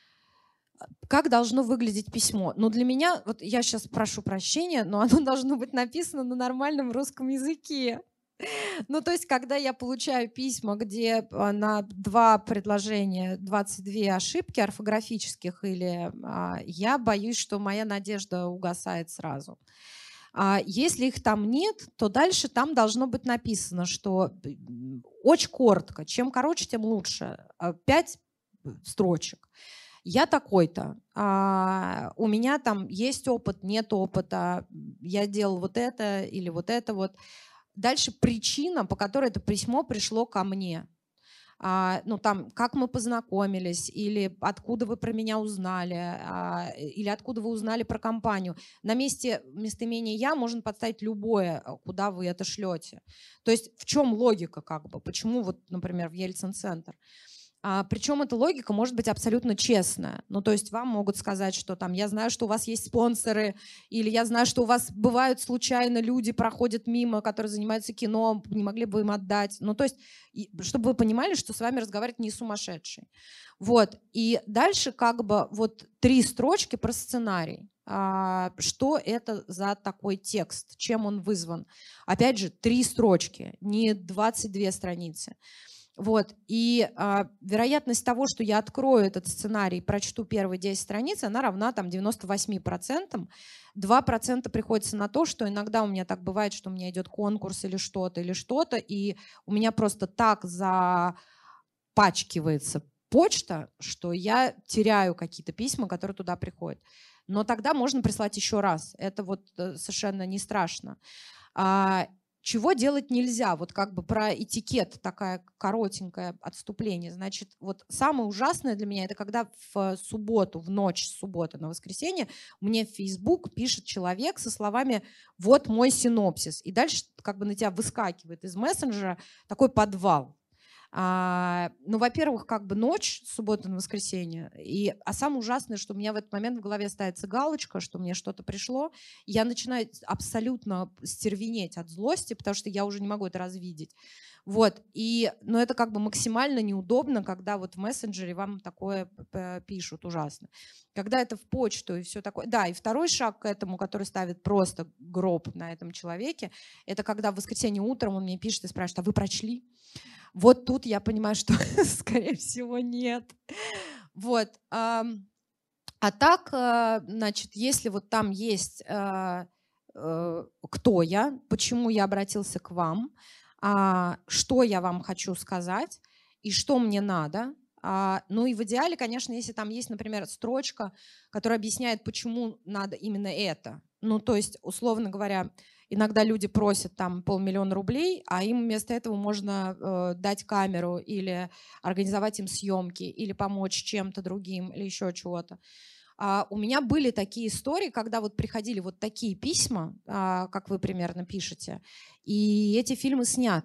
Как должно выглядеть письмо? Ну, для меня, вот я сейчас прошу прощения, но оно должно быть написано на нормальном русском языке. Ну, то есть, когда я получаю письма, где а, на два предложения двадцать две ошибки орфографических, или а, я боюсь, что моя надежда угасает сразу. А если их там нет, то дальше там должно быть написано, что м, очень коротко, чем короче, тем лучше. А, Пять строчек. Я такой-то, а, у меня там есть опыт, нет опыта, я делал вот это или вот это вот. Дальше причина, по которой это письмо пришло ко мне. А, ну, там, как мы познакомились, или откуда вы про меня узнали, а, или откуда вы узнали про компанию. На месте местоимения «я» можно подставить любое, а, куда вы это шлете. То есть в чем логика, как бы, почему вот, например, в Ельцин-центр. А, причем эта логика может быть абсолютно честная. Ну, то есть вам могут сказать, что там, я знаю, что у вас есть спонсоры, или я знаю, что у вас бывают случайно люди, проходят мимо, которые занимаются кино, не могли бы им отдать. Ну, то есть, и- чтобы вы понимали, что с вами разговаривает не сумасшедший. Вот. И дальше как бы вот три строчки про сценарий. А, Что это за такой текст? Чем он вызван? Опять же, три строчки, не двадцать две страницы. Вот. И а, вероятность того, что я открою этот сценарий и прочту первые десять страниц, она равна там девяноста восьми процентам. два процента приходится на то, что иногда у меня так бывает, что у меня идет конкурс или что-то, или что-то, и у меня просто так запачкивается почта, что я теряю какие-то письма, которые туда приходят. Но тогда можно прислать еще раз. Это вот э, совершенно не страшно. А, Чего делать нельзя? Вот как бы про этикет, такая коротенькое отступление. Значит, вот самое ужасное для меня — это когда в субботу, в ночь с субботы на воскресенье мне в Facebook пишет человек со словами «вот мой синопсис». И дальше как бы на тебя выскакивает из мессенджера такой подвал. А, ну, во-первых, как бы ночь с субботы на воскресенье. И, а самое ужасное, что у меня в этот момент в голове ставится галочка, что мне что-то пришло. И я начинаю абсолютно стервенеть от злости, потому что я уже не могу это развидеть. Вот. И, но это как бы максимально неудобно, когда вот в мессенджере вам такое п- пишут ужасно. Когда это в почту и все такое. Да, и второй шаг к этому, который ставит просто гроб на этом человеке, это когда в воскресенье утром он мне пишет и спрашивает: а вы прочли? Вот тут я понимаю, что, скорее всего, нет. Вот. А а так, э, значит, если вот там есть э, э, кто я, почему я обратился к вам, а, что я вам хочу сказать и что мне надо. А, Ну и в идеале, конечно, если там есть, например, строчка, которая объясняет, почему надо именно это. Ну, то есть, условно говоря, иногда люди просят там полмиллиона рублей, а им вместо этого можно э, дать камеру или организовать им съемки, или помочь чем-то другим, или еще чего-то. А, у меня были такие истории, когда вот приходили вот такие письма, а, как вы примерно пишете, и эти фильмы сняты.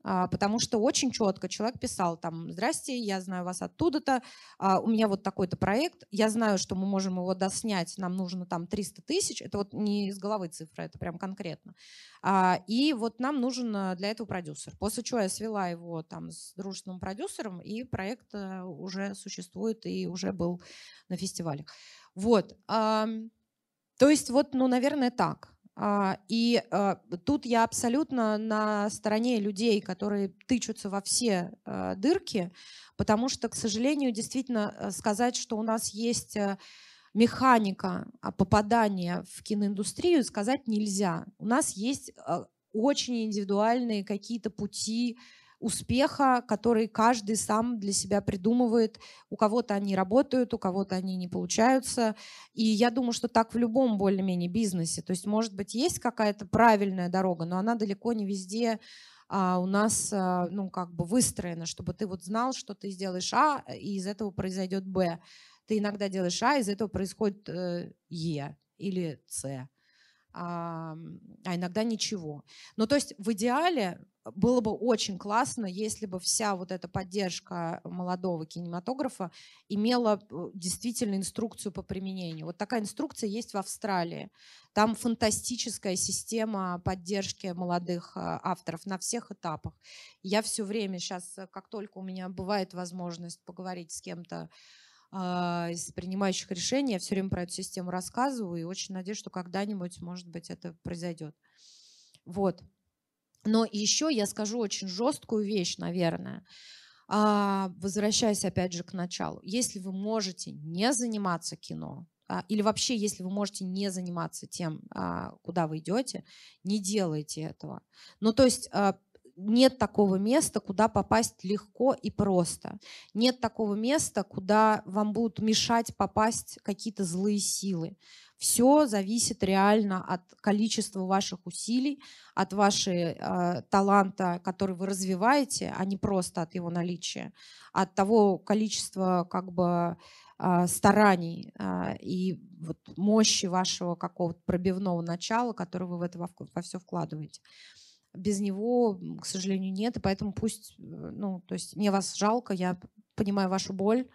А, Потому что очень четко человек писал там: «Здрасте, я знаю вас оттуда-то, а, у меня вот такой-то проект, я знаю, что мы можем его доснять, нам нужно там триста тысяч», это вот не из головы цифра, это прям конкретно. А, И вот нам нужен а, для этого продюсер. После чего я свела его там с дружественным продюсером, и проект а, уже существует и уже был на фестивалях. Вот. ам, То есть вот, ну, наверное, так. А, И а, тут я абсолютно на стороне людей, которые тычутся во все а, дырки, потому что, к сожалению, действительно а, сказать, что у нас есть а, механика а, попадания в киноиндустрию, сказать нельзя. У нас есть а, очень индивидуальные какие-то пути успеха, которые каждый сам для себя придумывает. У кого-то они работают, у кого-то они не получаются. И я думаю, что так в любом более-менее бизнесе. То есть, может быть, есть какая-то правильная дорога, но она далеко не везде а, у нас а, ну, как бы выстроена, чтобы ты вот знал, что ты сделаешь А, и из этого произойдет Б. Ты иногда делаешь А, из этого происходит э, Е или С. А, а иногда ничего. Ну, то есть в идеале было бы очень классно, если бы вся вот эта поддержка молодого кинематографа имела э, действительно инструкцию по применению. Вот такая инструкция есть в Австралии. Там фантастическая система поддержки молодых а, авторов на всех этапах. Я все время сейчас, как только у меня бывает возможность поговорить с кем-то а, из принимающих решений, я все время про эту систему рассказываю и очень надеюсь, что когда-нибудь, может быть, это произойдет. Вот. Но еще я скажу очень жесткую вещь, наверное. А, Возвращаясь опять же к началу. Если вы можете не заниматься кино, а, или вообще, если вы можете не заниматься тем, а, куда вы идете, не делайте этого. Ну, то есть а, нет такого места, куда попасть легко и просто. Нет такого места, куда вам будут мешать попасть какие-то злые силы. Все зависит реально от количества ваших усилий, от вашего э, таланта, который вы развиваете, а не просто от его наличия, от того количества как бы э, стараний э, и вот мощи вашего какого-то пробивного начала, которое вы в это во, во все вкладываете. Без него, к сожалению, нет, и поэтому пусть, ну, то есть мне вас жалко, я понимаю вашу боль,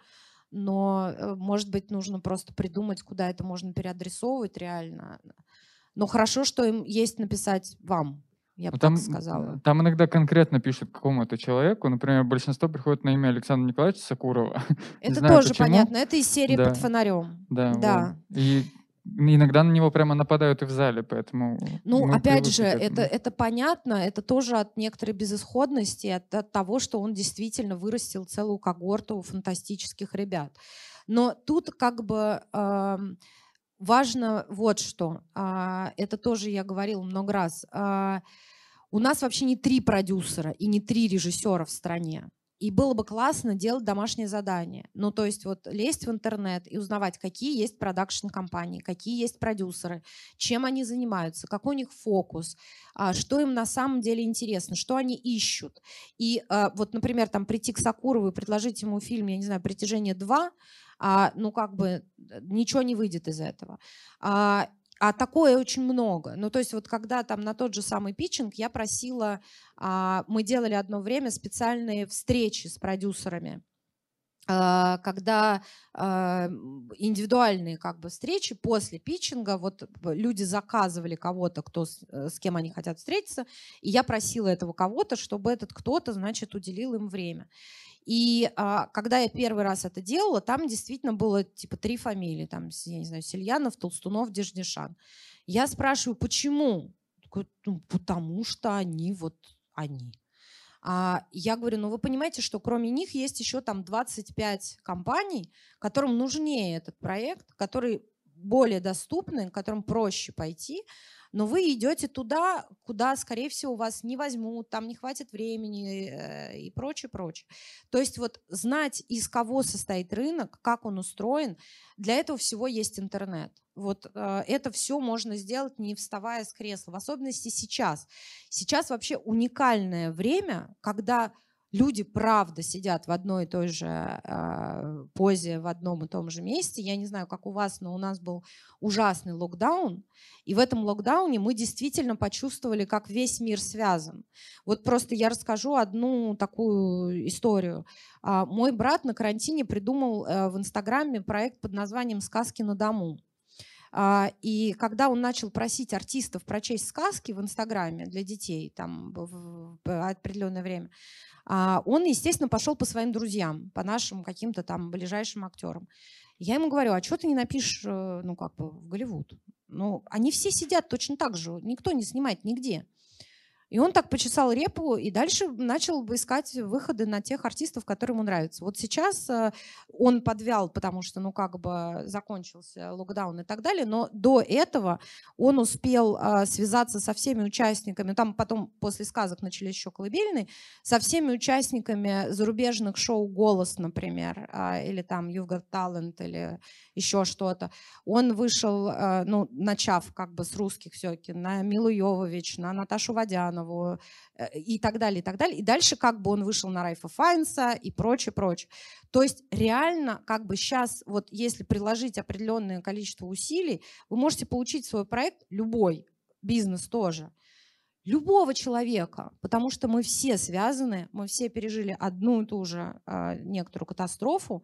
но, э, может быть, нужно просто придумать, куда это можно переадресовывать реально. Но хорошо, что им есть написать вам, я Ну, бы так там, сказала. там иногда конкретно пишут какому-то человеку. Например, большинство приходит на имя Александра Николаевича Сакурова. Не Это знаю тоже почему. понятно, это из серии «Под Да, фонарем». да, вот. Да. И иногда на него прямо нападают и в зале, поэтому Ну, мы опять привыкли же, к это, этому. это понятно, это тоже от некоторой безысходности, от, от того, что он действительно вырастил целую когорту фантастических ребят. Но тут как бы ам, важно вот что. А, это тоже я говорила много раз. А, у нас вообще не три продюсера и не три режиссера в стране. И было бы классно делать домашнее задание. Ну, то есть вот лезть в интернет и узнавать, какие есть продакшн-компании, какие есть продюсеры, чем они занимаются, какой у них фокус, а, что им на самом деле интересно, что они ищут. И а, вот, например, там прийти к Сакурову и предложить ему фильм, я не знаю, «Притяжение два», а, ну, как бы ничего не выйдет из этого. А, а такое очень много. Ну, то есть вот когда там на тот же самый питчинг я просила, а, мы делали одно время специальные встречи с продюсерами, а, когда а, м, индивидуальные как бы встречи после питчинга, вот б- люди заказывали кого-то, кто с, э, с кем они хотят встретиться, и я просила этого кого-то, чтобы этот кто-то, значит, уделил им время. И а, когда я первый раз это делала, там действительно было типа три фамилии, там, с- я не знаю, Сельянов, Толстунов, Дежнишан. Я спрашиваю, почему? Такой, «Ну, потому что они вот они. А я говорю, ну вы понимаете, что кроме них есть еще там двадцать пять компаний, которым нужнее этот проект, которые более доступны, которым проще пойти, но вы идете туда, куда, скорее всего, вас не возьмут, там не хватит времени э, и прочее, прочее. То есть вот знать, из кого состоит рынок, как он устроен, для этого всего есть интернет. Вот э, это все можно сделать, не вставая с кресла, в особенности сейчас. Сейчас вообще уникальное время, когда люди правда сидят в одной и той же э, позе, в одном и том же месте. Я не знаю, как у вас, но у нас был ужасный локдаун. И в этом локдауне мы действительно почувствовали, как весь мир связан. Вот просто я расскажу одну такую историю. А, мой брат на карантине придумал э, в Инстаграме проект под названием «Сказки на дому». А, и когда он начал просить артистов прочесть сказки в Инстаграме для детей там, в, в определенное время, он, естественно, пошел по своим друзьям, по нашим каким-то там ближайшим актерам. Я ему говорю, а что ты не напишешь, ну, как бы, в Голливуд? Ну, они все сидят точно так же, никто не снимает нигде. И он так почесал репу и дальше начал искать выходы на тех артистов, которые ему нравятся. Вот сейчас он подвял, потому что, ну, как бы закончился локдаун и так далее, но до этого он успел связаться со всеми участниками, там потом после сказок начались еще колыбельные, со всеми участниками зарубежных шоу «Голос», например, или там «You've Got Talent», или еще что-то. Он вышел, ну, начав как бы с русских все-таки, на Милу Йовович, на Наташу Водянову, и так далее, и так далее. И дальше как бы он вышел на Райфа Файнса и прочее, прочее. То есть реально как бы сейчас, вот если приложить определенное количество усилий, вы можете получить свой проект, любой, бизнес тоже, любого человека, потому что мы все связаны, мы все пережили одну и ту же а, некоторую катастрофу.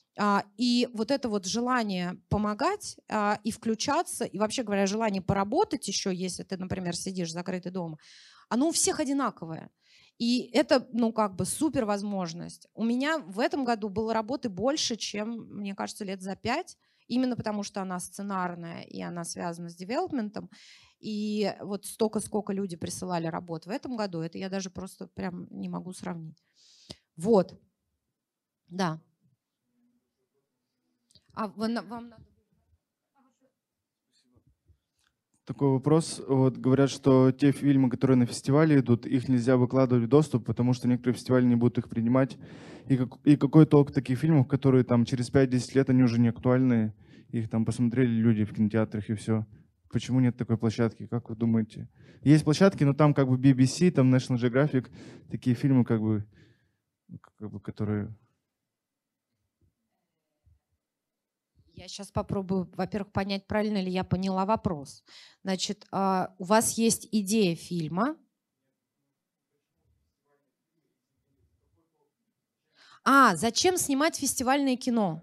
И вот это вот желание помогать и включаться, и вообще говоря, желание поработать еще, если ты, например, сидишь закрытый дома, оно у всех одинаковое. И это, ну, как бы супер возможность. У меня в этом году было работы больше, чем, мне кажется, лет за пять, именно потому что она сценарная, и она связана с девелопментом. И вот столько, сколько люди присылали работ в этом году, это я даже просто прям не могу сравнить. Вот. Да. А вам надо... Такой вопрос. Вот говорят, что те фильмы, которые на фестивале идут, их нельзя выкладывать в доступ, потому что некоторые фестивали не будут их принимать. И, как, и какой толк таких фильмов, которые там через пять-десять лет, они уже не актуальны, их там посмотрели люди в кинотеатрах и все. Почему нет такой площадки? Как вы думаете? Есть площадки, но там как бы би би си, там National Geographic, такие фильмы, как бы, как бы которые... Я сейчас попробую, во-первых, понять, правильно ли я поняла вопрос. Значит, у вас есть идея фильма. А, зачем снимать фестивальное кино?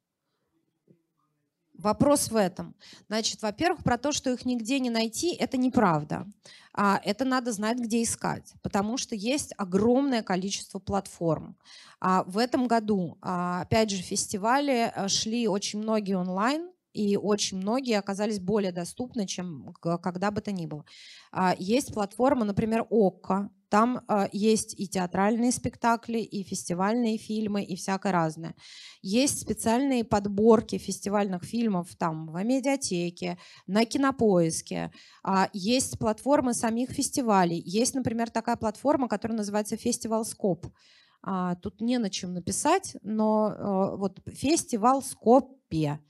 Вопрос в этом. Значит, во-первых, про то, что их нигде не найти, это неправда. А, это надо знать, где искать, потому что есть огромное количество платформ. А, в этом году, а, опять же, фестивали шли очень многие онлайн, и очень многие оказались более доступны, чем когда бы то ни было. А, есть платформа, например, ОККО. Там э, есть и театральные спектакли, и фестивальные фильмы, и всякое разное. Есть специальные подборки фестивальных фильмов там в Амедиатеке, на Кинопоиске. А, есть платформы самих фестивалей. Есть, например, такая платформа, которая называется «Фестивалскоп». А, тут не на чем написать, но э, вот «Фестивалскопе».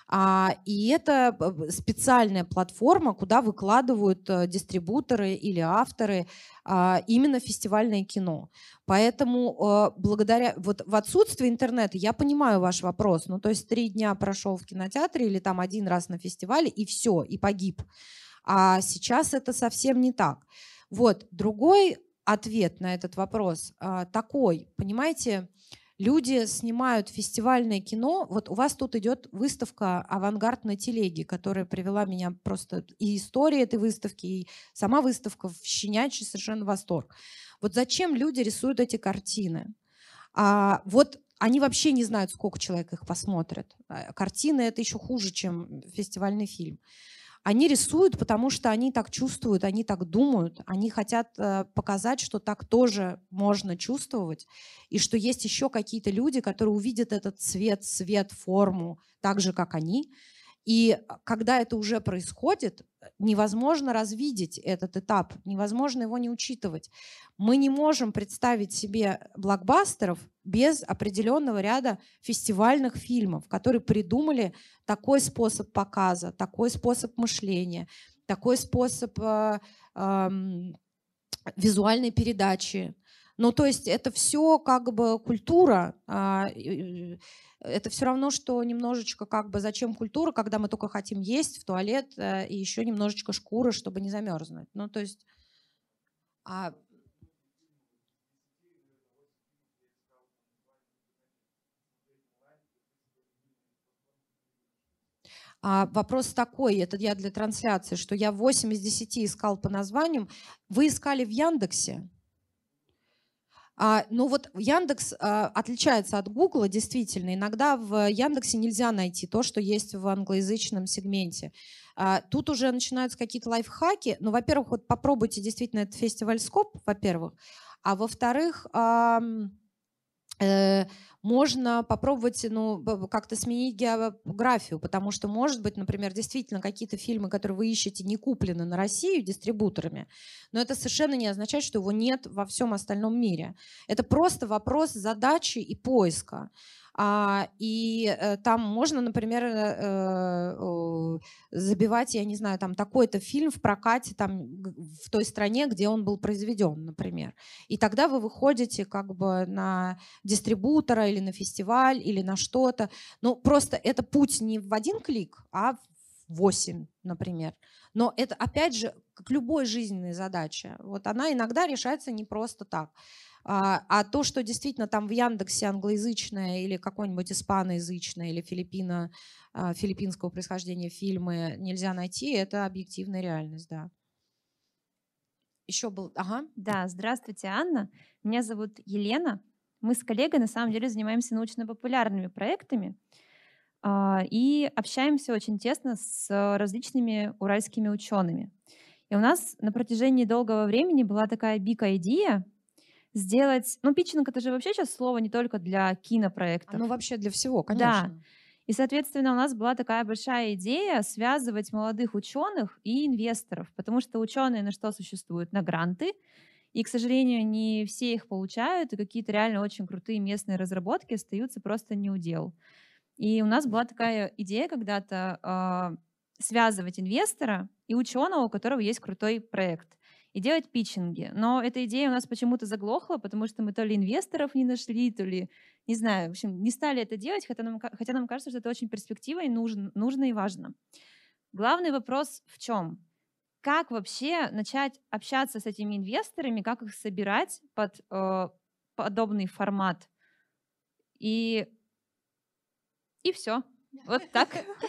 А, и это специальная платформа, куда выкладывают дистрибуторы или авторы а, именно фестивальное кино. Поэтому а, благодаря вот в отсутствии интернета я понимаю ваш вопрос. Ну, то есть три дня прошел в кинотеатре или там один раз на фестивале и все, и погиб. А сейчас это совсем не так. Вот другой ответ на этот вопрос а, такой, понимаете. Люди снимают фестивальное кино. Вот у вас тут идет выставка «Авангард на телеге», которая привела меня просто и история этой выставки, и сама выставка в щенячий совершенно восторг. Вот зачем люди рисуют эти картины? А, вот они вообще не знают, сколько человек их посмотрит. Картины — это еще хуже, чем фестивальный фильм. Они рисуют, потому что они так чувствуют, они так думают, они хотят э, показать, что так тоже можно чувствовать, и что есть еще какие-то люди, которые увидят этот цвет, свет, форму так же, как они. И когда это уже происходит, невозможно развидеть этот этап, невозможно его не учитывать. Мы не можем представить себе блокбастеров без определенного ряда фестивальных фильмов, которые придумали такой способ показа, такой способ мышления, такой способ э, э, визуальной передачи. Ну, то есть это все как бы культура. а, и- и Это все равно, что немножечко как бы зачем культура, когда мы только хотим есть в туалет э, и еще немножечко шкуры, чтобы не замерзнуть. Ну, то есть... а, А вопрос такой, это я для трансляции, что я восемь из десяти искал по названиям. Вы искали в Яндексе? А, ну вот Яндекс а, отличается от Гугла, действительно. Иногда в Яндексе нельзя найти то, что есть в англоязычном сегменте. А, тут уже начинаются какие-то лайфхаки. Ну, во-первых, вот попробуйте действительно этот фестиваль Скоп, во-первых. А во-вторых, ам, э, можно попробовать ну, б- как-то сменить географию, потому что, может быть, например, действительно какие-то фильмы, которые вы ищете, не куплены на Россию дистрибуторами, но это совершенно не означает, что его нет во всем остальном мире. Это просто вопрос задачи и поиска. А, и э, там можно, например, э, э, забивать, я не знаю, там такой-то фильм в прокате там, г- в той стране, где он был произведен, например. И тогда вы выходите как бы на дистрибутора или на фестиваль или на что-то. Ну, просто это путь не в один клик, а в восемь, например. Но это, опять же, как любой жизненной задаче, вот она иногда решается не просто так. А, а то, что действительно там в Яндексе англоязычное или какое-нибудь испаноязычное или филиппино, а, филиппинского происхождения фильмы нельзя найти, это объективная реальность, да. Еще был, ага. Да, здравствуйте, Анна. Меня зовут Елена. Мы с коллегой на самом деле занимаемся научно-популярными проектами а, и общаемся очень тесно с различными уральскими учеными. И у нас на протяжении долгого времени была такая бика идея сделать, ну, питчинг — это же вообще сейчас слово не только для кинопроектов. Ну, вообще для всего, Да. конечно. И, соответственно, у нас была такая большая идея связывать молодых ученых и инвесторов, потому что ученые на что существуют? На гранты. И, к сожалению, не все их получают, и какие-то реально очень крутые местные разработки остаются просто не у дел. И у нас была такая идея когда-то а, связывать инвестора и ученого, у которого есть крутой проект, и делать питчинги. Но эта идея у нас почему-то заглохла, потому что мы то ли инвесторов не нашли, то ли, не знаю, в общем, не стали это делать, хотя нам, ка- хотя нам кажется, что это очень перспективно и нужно, нужно и важно. Главный вопрос в чем? Как вообще начать общаться с этими инвесторами, как их собирать под э, подобный формат? И, и все. Вот так.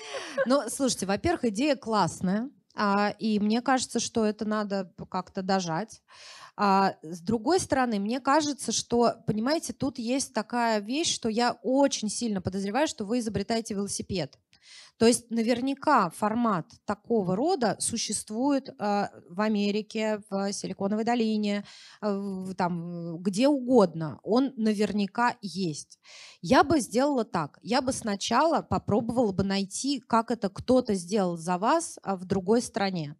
Ну, слушайте, во-первых, идея классная, а, и мне кажется, что это надо как-то дожать. А, с другой стороны, мне кажется, что, понимаете, тут есть такая вещь, что я очень сильно подозреваю, что вы изобретаете велосипед. То есть наверняка формат такого рода существует э, в Америке, в Силиконовой долине, э, в- там, где угодно. Он наверняка есть. Я бы сделала так. Я бы сначала попробовала бы найти, как это кто-то сделал за вас а, в другой стране.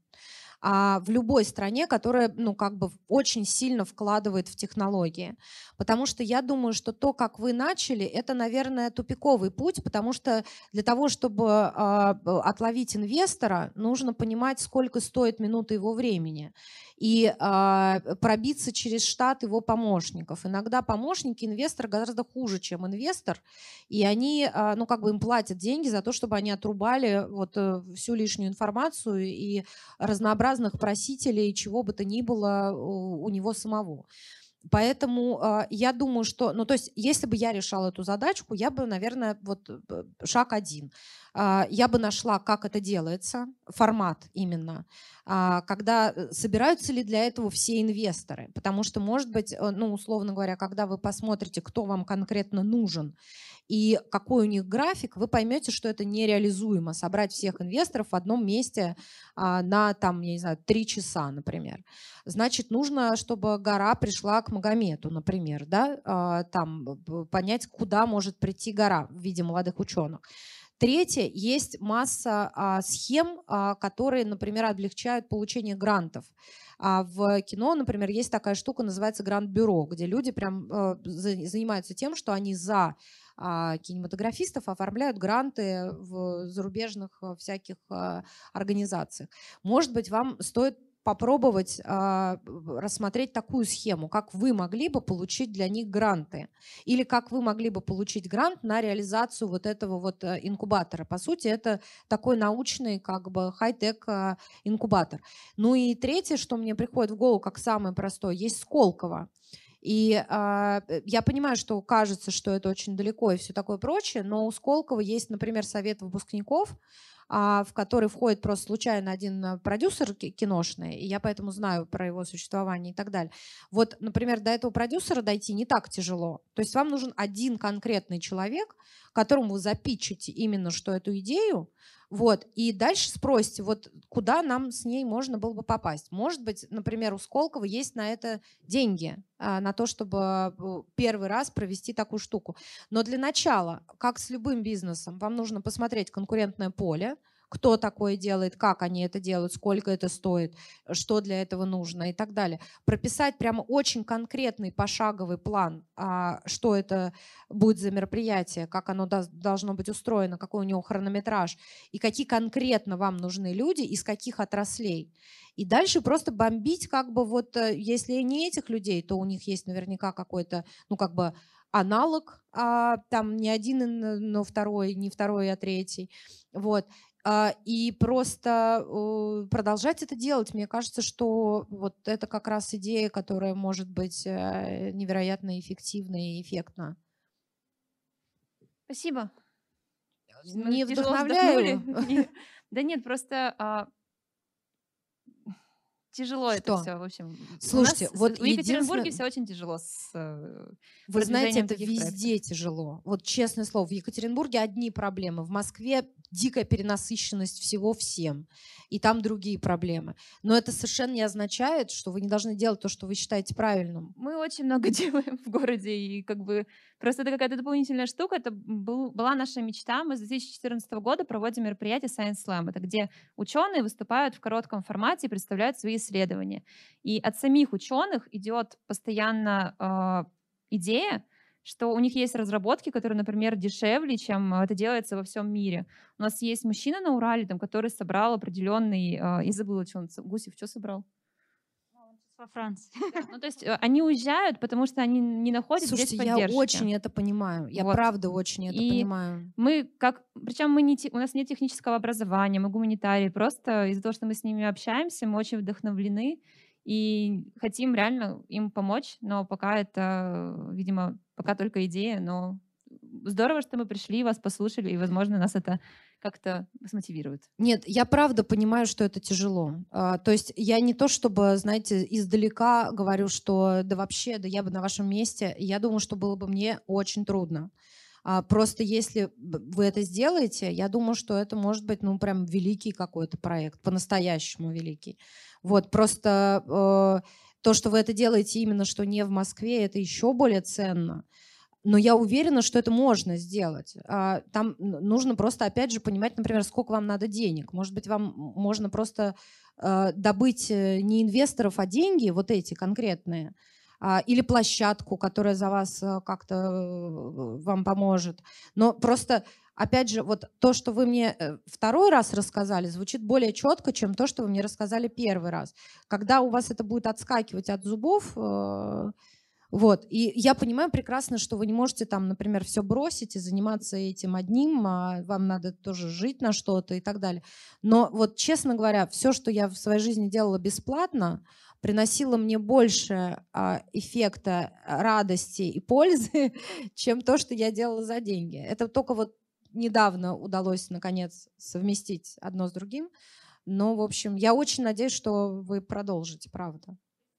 А, в любой стране, которая ну, как бы очень сильно вкладывает в технологии. Потому что я думаю, что то, как вы начали, это, наверное, тупиковый путь, потому что для того, чтобы а, б- отловить инвестора, нужно понимать, сколько стоит минута его времени и а, пробиться через штат его помощников. Иногда помощники инвестора гораздо хуже, чем инвестор, и они, а, ну, как бы им платят деньги за то, чтобы они отрубали вот э, всю лишнюю информацию и разнообразных просителей, чего бы то ни было у, у него самого. Поэтому э, я думаю, что, ну, то есть, если бы я решала эту задачку, я бы, наверное, вот э, шаг один. Э, я бы нашла, как это делается, формат именно, а, когда э, собираются ли для этого все инвесторы. Потому что, может быть, э, ну, условно говоря, когда вы посмотрите, кто вам конкретно нужен и какой у них график, вы поймете, что это нереализуемо собрать всех инвесторов в одном месте а, на, там, я не знаю, три часа, например. Значит, нужно, чтобы гора пришла к Магомету, например, да, а, там б- понять, куда может прийти гора в виде молодых ученых. Третье, есть масса а, схем, а, которые, например, облегчают получение грантов. А в кино, например, есть такая штука, называется грант-бюро, где люди прям э, за- занимаются тем, что они за а, кинематографистов оформляют гранты в зарубежных а, всяких а, организациях. Может быть, вам стоит попробовать а, б- рассмотреть такую схему, как вы могли бы получить для них гранты, или как вы могли бы получить грант на реализацию вот этого вот э, инкубатора. По сути, это такой научный как бы хай-тек а, инкубатор. Ну и третье, что мне приходит в голову как самое простое, есть Сколково. И а, э, я понимаю, что кажется, что это очень далеко и все такое прочее, но у Сколково есть, например, совет выпускников, а, в который входит просто случайно один а, продюсер ки- киношный, и я поэтому знаю про его существование и так далее. Вот, например, до этого продюсера дойти не так тяжело. То есть вам нужен один конкретный человек, которому вы запитчите именно что эту идею, вот, и дальше спросите, вот куда нам с ней можно было бы попасть. Может быть, например, у Сколково есть на это деньги, а, на то, чтобы э, первый раз провести такую штуку. Но для начала, как с любым бизнесом, вам нужно посмотреть конкурентное поле, кто такое делает, как они это делают, сколько это стоит, что для этого нужно и так далее. Прописать прямо очень конкретный пошаговый план, а, что это будет за мероприятие, как оно дос- должно быть устроено, какой у него хронометраж и какие конкретно вам нужны люди, из каких отраслей. И дальше просто бомбить, как бы вот, э, если не этих людей, то у них есть наверняка какой-то, ну как бы аналог, а, там не один, и но второй, не второй, а третий. Вот. А, И просто э, продолжать это делать. Мне кажется, что вот это как раз идея, которая может быть э, невероятно эффективна и эффектна. Спасибо. Мы Не тяжело вдохновляю? вздохнули. И- Да нет, просто а, тяжело это Что? все. В общем, у Слушайте, нас с- вот в Екатеринбурге единственное, все очень тяжело с э, вы знаете, продвижением это таких проектов. везде тяжело. Вот честное слово, в Екатеринбурге одни проблемы, в Москве дикая перенасыщенность всего всем, и там другие проблемы. Но это совершенно не означает, что вы не должны делать то, что вы считаете правильным. Мы очень много делаем в городе, и как бы просто это какая-то дополнительная штука. Это был, была наша мечта. Мы с две тысячи четырнадцатого года проводим мероприятие Science Slam. Это где ученые выступают в коротком формате и представляют свои исследования. И от самих ученых идет постоянно э, идея, что у них есть разработки, которые, например, дешевле, чем это делается во всем мире. У нас есть мужчина на Урале, там, который собрал определенный... Э, я забыла, что он... с- Гусев что собрал? Во Франции. Да, ну, то есть э, они уезжают, потому что они не находят здесь Слушайте, я поддержки. очень это понимаю. Я Вот. правда очень это И понимаю. мы как... Причем мы не, те- у нас нет технического образования, мы гуманитарии. Просто из-за того, что мы с ними общаемся, мы очень вдохновлены и хотим реально им помочь. Но пока это, видимо, пока только идея. Но здорово, что мы пришли, вас послушали, и, возможно, нас это как-то смотивирует. Нет, я правда понимаю, что это тяжело. А, то есть я не то чтобы, знаете, издалека говорю, что да вообще, да я бы на вашем месте. Я думаю, что было бы мне очень трудно. А, просто если б- вы это сделаете, я думаю, что это может быть, ну, прям великий какой-то проект, по-настоящему великий. Вот, просто э, то, что вы это делаете именно что не в Москве, это еще более ценно. Но я уверена, что это можно сделать. А, Там н- нужно просто, опять же, понимать, например, сколько вам надо денег. Может быть, вам м- можно просто э, добыть э, не инвесторов, а деньги, вот эти конкретные, а, или площадку, которая за вас э, как-то э, вам поможет. Но просто, опять же, вот то, что вы мне э, второй раз рассказали, звучит более четко, чем то, что вы мне рассказали первый раз. Когда у вас это будет отскакивать от зубов, э, вот. И я понимаю прекрасно, что вы не можете там, например, все бросить и заниматься этим одним, а вам надо тоже жить на что-то и так далее. Но вот, честно говоря, все, что я в своей жизни делала бесплатно, приносило мне больше а, эффекта, а, радости и пользы, чем то, что я делала за деньги. Это только вот недавно удалось, наконец, совместить одно с другим. Но, в общем, я очень надеюсь, что вы продолжите, правда.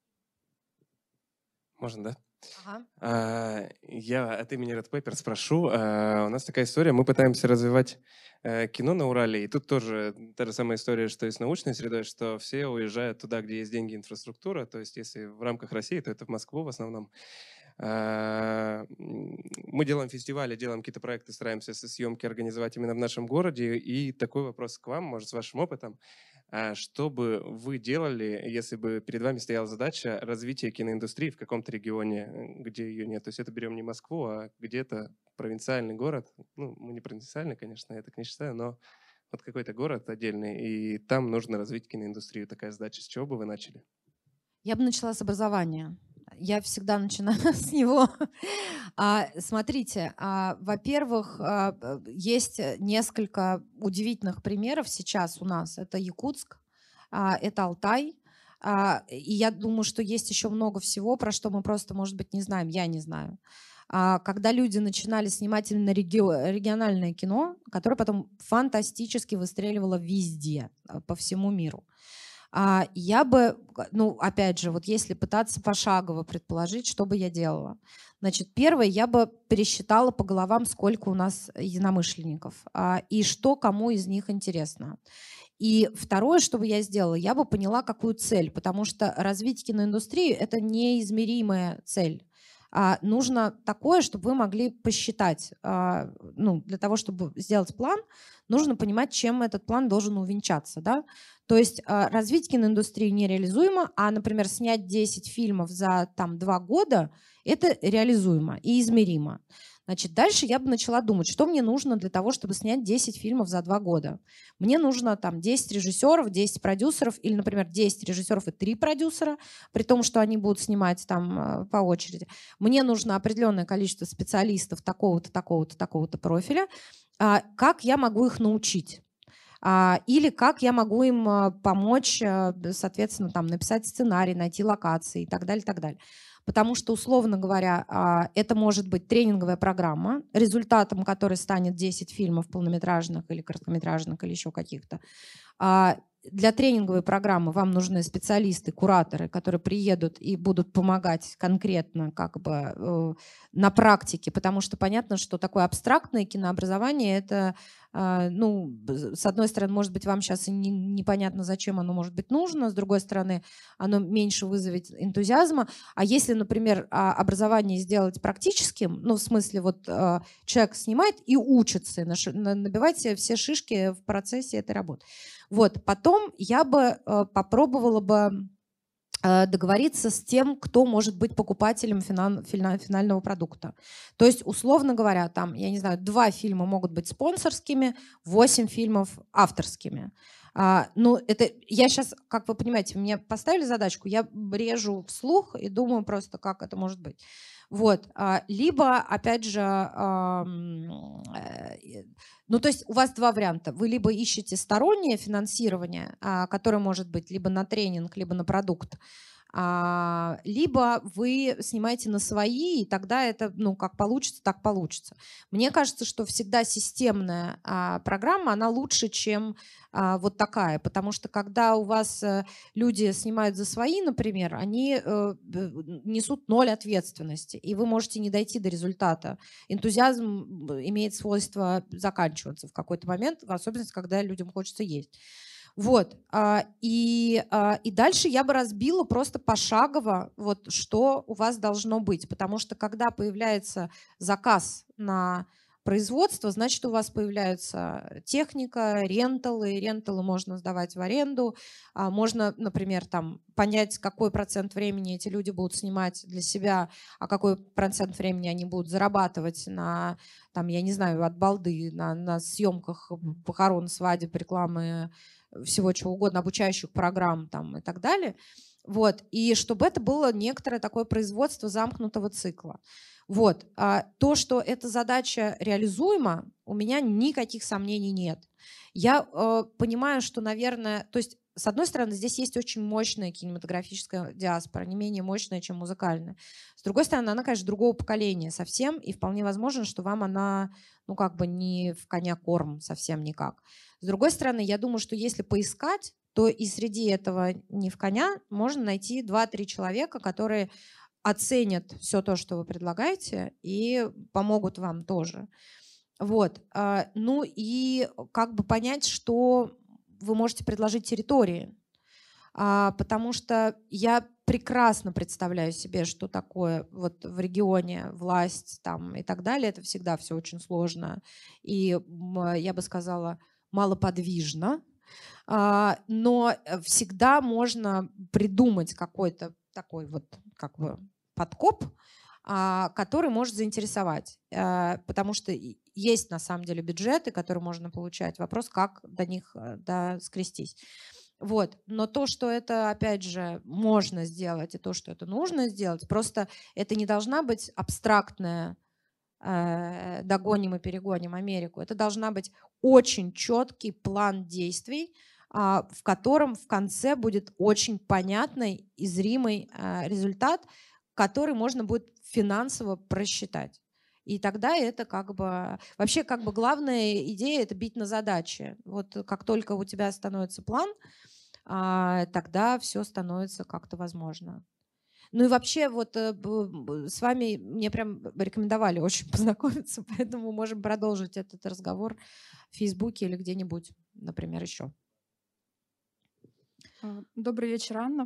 Можно, да? Ага. А, Я от имени Red Paper спрошу. А, У нас такая история. Мы пытаемся развивать э, кино на Урале. И тут тоже та же самая история, что и с научной средой, что все уезжают туда, где есть деньги и инфраструктура. То есть если в рамках России, то это в Москву в основном. А, м, Мы делаем фестивали, делаем какие-то проекты, стараемся со съемки организовать именно в нашем городе. И такой вопрос к вам, может, с вашим опытом. А Что бы вы делали, если бы перед вами стояла задача развития киноиндустрии в каком-то регионе, э, где ее нет? То есть это берем не Москву, а где-то провинциальный город. Ну, мы не провинциальный, конечно, я так не считаю, но Вот какой-то город отдельный, и там нужно развить киноиндустрию. Такая задача. С чего бы вы начали? Я бы начала с образования. Я всегда начинаю с него. А, смотрите, а, во-первых, а, есть несколько удивительных примеров сейчас у нас. Это Якутск, а, это Алтай. А, и я думаю, что есть еще много всего, про что мы просто, может быть, не знаем. Я не знаю. А, когда люди начинали снимать именно реги- региональное кино, которое потом фантастически выстреливало везде, а, по всему миру. А, Я бы, ну, опять же, вот если пытаться пошагово предположить, что бы я делала. Значит, первое, я бы пересчитала по головам, сколько у нас единомышленников, а, и что кому из них интересно. И второе, что бы я сделала, я бы поняла, какую цель, потому что развить киноиндустрию — это неизмеримая цель. А, нужно такое, чтобы вы могли посчитать. А, ну, для того, чтобы сделать план, нужно понимать, чем этот план должен увенчаться. Да? То есть а, развить киноиндустрию нереализуемо, а, например, снять десять фильмов за там, два года — это реализуемо и измеримо. Значит, дальше я бы начала думать, что мне нужно для того, чтобы снять десять фильмов за два года. Мне нужно там десять режиссеров, десять продюсеров, или, например, десять режиссеров и три продюсера, при том, что они будут снимать там по очереди. Мне нужно определенное количество специалистов такого-то, такого-то, такого-то профиля. Как я могу их научить? Или как я могу им помочь, соответственно, там, написать сценарий, найти локации и так далее, и так далее. Потому что, условно говоря, это может быть тренинговая программа, результатом которой станет десять фильмов полнометражных или короткометражных или еще каких-то. Для тренинговой программы вам нужны специалисты, кураторы, которые приедут и будут помогать конкретно как бы на практике, потому что понятно, что такое абстрактное кинообразование — это, ну, с одной стороны, может быть, вам сейчас и не, непонятно, зачем оно может быть нужно, с другой стороны, оно меньше вызовет энтузиазма. А если, например, образование сделать практическим, ну, в смысле, вот человек снимает и учится, набивать себе все шишки в процессе этой работы. Вот, потом я бы э, попробовала бы э, договориться с тем, кто может быть покупателем финал, финального продукта. То есть, условно говоря, там, я не знаю, два фильма могут быть спонсорскими, восемь фильмов авторскими. А, ну, это я сейчас, как вы понимаете, мне поставили задачку, я режу вслух и думаю просто, как это может быть. Вот. Либо, опять же, ну, то есть у вас два варианта. Вы либо ищете стороннее финансирование, которое может быть либо на тренинг, либо на продукт, либо вы снимаете на свои, и тогда это, ну, как получится, так получится. Мне кажется, что всегда системная программа, она лучше, чем вот такая, потому что когда у вас люди снимают за свои, например, они несут ноль ответственности, и вы можете не дойти до результата. Энтузиазм имеет свойство заканчиваться в какой-то момент, в особенности, когда людям хочется есть. Вот. И, и дальше я бы разбила просто пошагово, вот, что у вас должно быть. Потому что когда появляется заказ на производство, значит, у вас появляется техника, ренталы. Ренталы можно сдавать в аренду. Можно, например, там, понять, какой процент времени эти люди будут снимать для себя, а какой процент времени они будут зарабатывать на, там, я не знаю, от балды, на, на съемках похорон, свадеб, рекламы, всего чего угодно, обучающих программ там, и так далее. Вот. И чтобы это было некоторое такое производство замкнутого цикла. Вот. А то, что эта задача реализуема, у меня никаких сомнений нет. Я э, понимаю, что, наверное, то есть, с одной стороны, здесь есть очень мощная кинематографическая диаспора, не менее мощная, чем музыкальная. С другой стороны, она, конечно, другого поколения совсем, и вполне возможно, что вам она, ну, как бы не в коня корм совсем никак. С другой стороны, я думаю, что если поискать, то и среди этого не в коня можно найти два-три человека, которые оценят все то, что вы предлагаете, и помогут вам тоже. Вот. Ну и как бы понять, что вы можете предложить территории. Потому что я прекрасно представляю себе, что такое вот в регионе власть там, и так далее. Это всегда все очень сложно. И я бы сказала, малоподвижно. Но всегда можно придумать какой-то такой вот как бы подкоп, а, который может заинтересовать. А, потому что и- есть на самом деле бюджеты, которые можно получать. Вопрос, как до них э, доскрестись. Вот. Но то, что это, опять же, можно сделать, и то, что это нужно сделать, просто это не должна быть абстрактная э, «догоним и перегоним Америку». Это должна быть очень четкий план действий, а, в котором в конце будет очень понятный и зримый а, результат, который можно будет финансово просчитать. И тогда это как бы... Вообще как бы главная идея — это бить на задачи. Вот как только у тебя становится план, а, тогда все становится как-то возможно. Ну и вообще вот э, б- б- с вами мне прям рекомендовали очень познакомиться, поэтому можем продолжить этот разговор в Фейсбуке или где-нибудь, например, еще. А, Добрый вечер, Анна.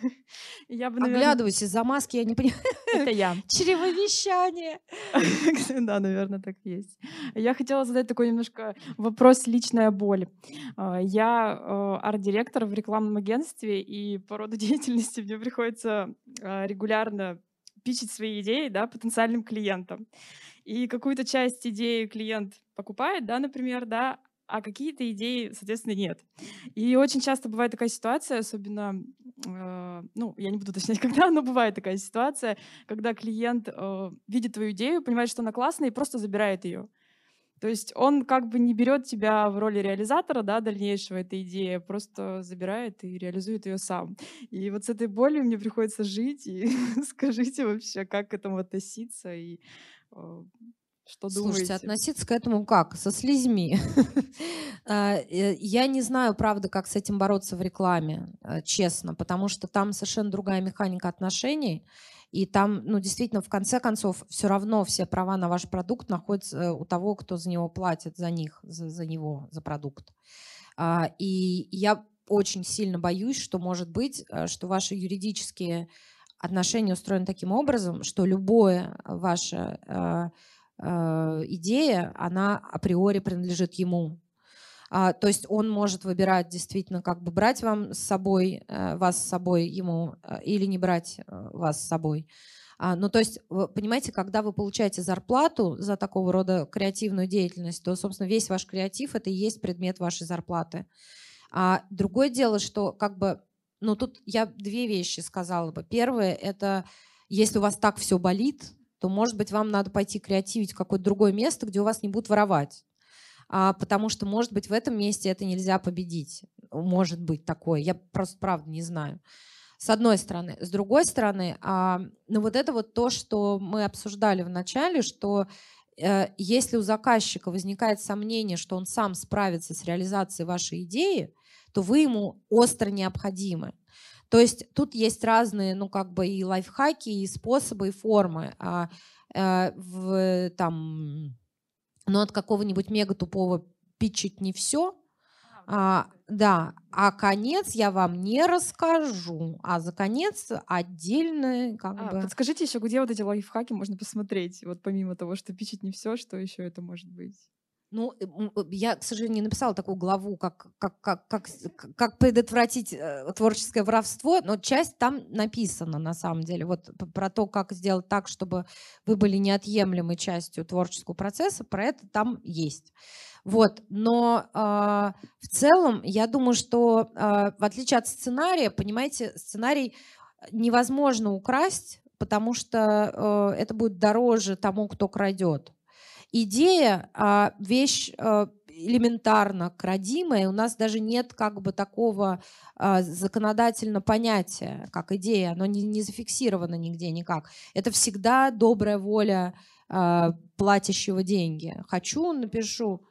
Я бы, наверное, Оглядываюсь из-за маски, я не понимаю. это я. Чревовещание. Да, наверное, так и есть. Я хотела задать такой немножко вопрос личная боль. А, Я э, арт-директор в рекламном агентстве, и по роду деятельности мне приходится а, регулярно питчить свои идеи, да, потенциальным клиентам. И какую-то часть идеи клиент покупает, да, например, да, а какие-то идеи, соответственно, нет. И очень часто бывает такая ситуация, особенно, э, ну, я не буду уточнять, когда, но бывает такая ситуация, когда клиент э, видит твою идею, понимает, что она классная, и просто забирает ее. То есть он как бы не берет тебя в роли реализатора, да, дальнейшего этой идеи, а просто забирает и реализует ее сам. И вот с этой болью мне приходится жить. И скажите вообще, как к этому относиться и э, что Слушайте, думаете? относиться к этому как? Со слезьми. А, э, Я не знаю, правда, как с этим бороться в рекламе, э, честно, потому что там совершенно другая механика отношений, и там, ну, действительно, в конце концов, все равно все права на ваш продукт находятся э, у того, кто за него платит, за них, за, за него, за продукт. А, И я очень сильно боюсь, что может быть, э, что ваши юридические отношения устроены таким образом, что любое ваше э, э, идея, она априори принадлежит ему. А, то есть он может выбирать действительно, как бы брать вам с собой, э, вас с собой ему э, или не брать э, вас с собой. А, ну, то есть, вы понимаете, когда вы получаете зарплату за такого рода креативную деятельность, то, собственно, весь ваш креатив — это и есть предмет вашей зарплаты. А другое дело, что как бы, ну, тут я две вещи сказала бы. Первое — это если у вас так все болит, то, может быть, вам надо пойти креативить в какое-то другое место, где у вас не будут воровать. А, потому что, может быть, в этом месте это нельзя победить. Может быть такое. Я просто, правда, не знаю. С одной стороны. С другой стороны, а, ну вот это вот то, что мы обсуждали в начале, что э, если у заказчика возникает сомнение, что он сам справится с реализацией вашей идеи, то вы ему остро необходимы. То есть тут есть разные, ну, как бы и лайфхаки, и способы, и формы. А, э, в, там, ну, от какого-нибудь мега тупого питчить не все. А, да, а конец я вам не расскажу, а за конец отдельно как А, бы... подскажите еще, где вот эти лайфхаки можно посмотреть? Вот помимо того, что питчить не все, что еще это может быть? Ну, э, м, э, я, к сожалению, не написала такую главу, как, как, как, как, с- к- как предотвратить э, творческое воровство, но часть там написана на самом деле. Вот п- про то, как сделать так, чтобы вы были неотъемлемой частью творческого процесса, про это там есть. Вот. Но а, в целом, я думаю, что а, в отличие от сценария, понимаете, сценарий невозможно украсть, потому что э, это будет дороже тому, кто крадет. Идея а, вещь а, элементарно крадимая. У нас даже нет как бы такого а, законодательно понятия, как идея. Оно не, не зафиксировано нигде никак. Это всегда добрая воля а, платящего деньги. Хочу, напишу.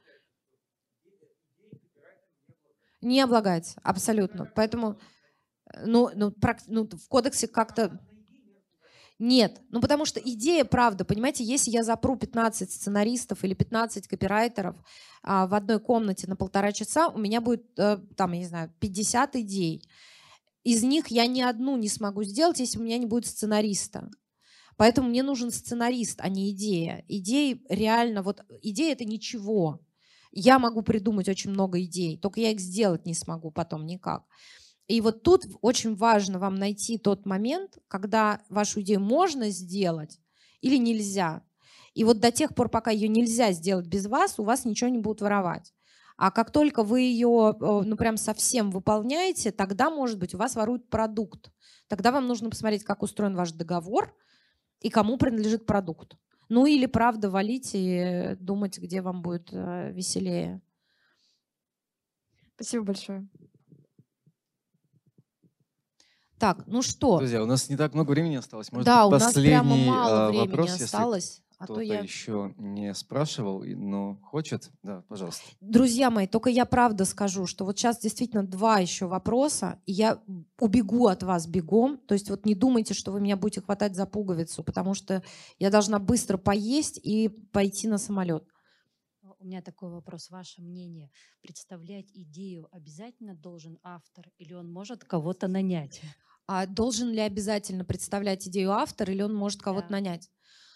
Не облагается, абсолютно. Поэтому э, ну, ну, прак- ну, в кодексе как-то... Нет, ну потому что идея, правда, понимаете, если я запру пятнадцать сценаристов или пятнадцать копирайтеров а, в одной комнате на полтора часа, у меня будет, э, там, я не знаю, пятьдесят идей. Из них я ни одну не смогу сделать, если у меня не будет сценариста. Поэтому мне нужен сценарист, а не идея. Идеи реально, вот идея — это ничего. Я могу придумать очень много идей, только я их сделать не смогу потом никак. И вот тут очень важно вам найти тот момент, когда вашу идею можно сделать, или нельзя. И вот до тех пор, пока ее нельзя сделать без вас, у вас ничего не будут воровать. А как только вы ее, ну, прям совсем выполняете, тогда, может быть, у вас воруют продукт. Тогда вам нужно посмотреть, как устроен ваш договор и кому принадлежит продукт. Ну или, правда, валить и думать, где вам будет э, веселее. Спасибо большое. Так, ну что? Друзья, у нас не так много времени осталось. Может Да, быть, у нас прямо последний мало а, времени вопрос, осталось. если А то кто-то я... еще не спрашивал, и- но хочет. Да, пожалуйста. Друзья мои, только я правда скажу, что вот сейчас действительно два еще вопроса, и я убегу от вас бегом. То есть вот не думайте, что вы меня будете хватать за пуговицу, потому что я должна быстро поесть и пойти на самолет. У меня такой вопрос. Ваше мнение, представлять идею обязательно должен автор или он может кого-то нанять? А должен ли обязательно представлять идею автор или он может кого-то Да. нанять?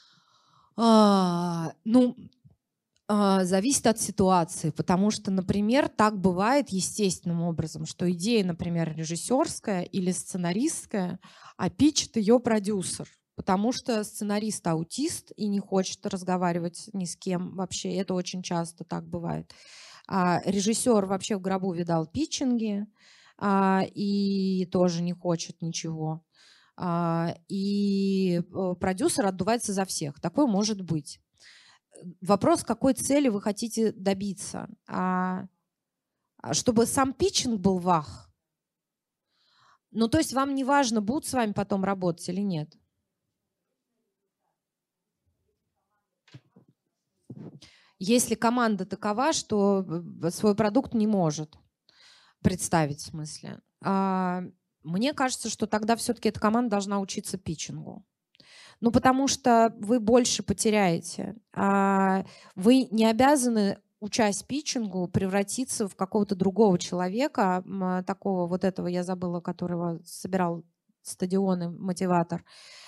А, ну, а, зависит от ситуации, потому что, например, так бывает естественным образом, что идея, например, режиссерская или сценаристская, а пичет ее продюсер, потому что сценарист аутист и не хочет разговаривать ни с кем вообще. Это очень часто так бывает. А режиссер вообще в гробу видал питчинги а, и тоже не хочет ничего. А, и э, продюсер отдувается за всех. Такое может быть. Вопрос, какой цели вы хотите добиться. А, а чтобы сам питчинг был вах. Ну, то есть вам не важно, будут с вами потом работать или нет. Если команда такова, что свой продукт не может представить, в смысле. А, мне кажется, что тогда все-таки эта команда должна учиться питчингу. Ну, потому что вы больше потеряете. А вы не обязаны, учась питчингу, превратиться в какого-то другого человека, такого вот этого, я забыла, которого собирал стадионы, мотиватор.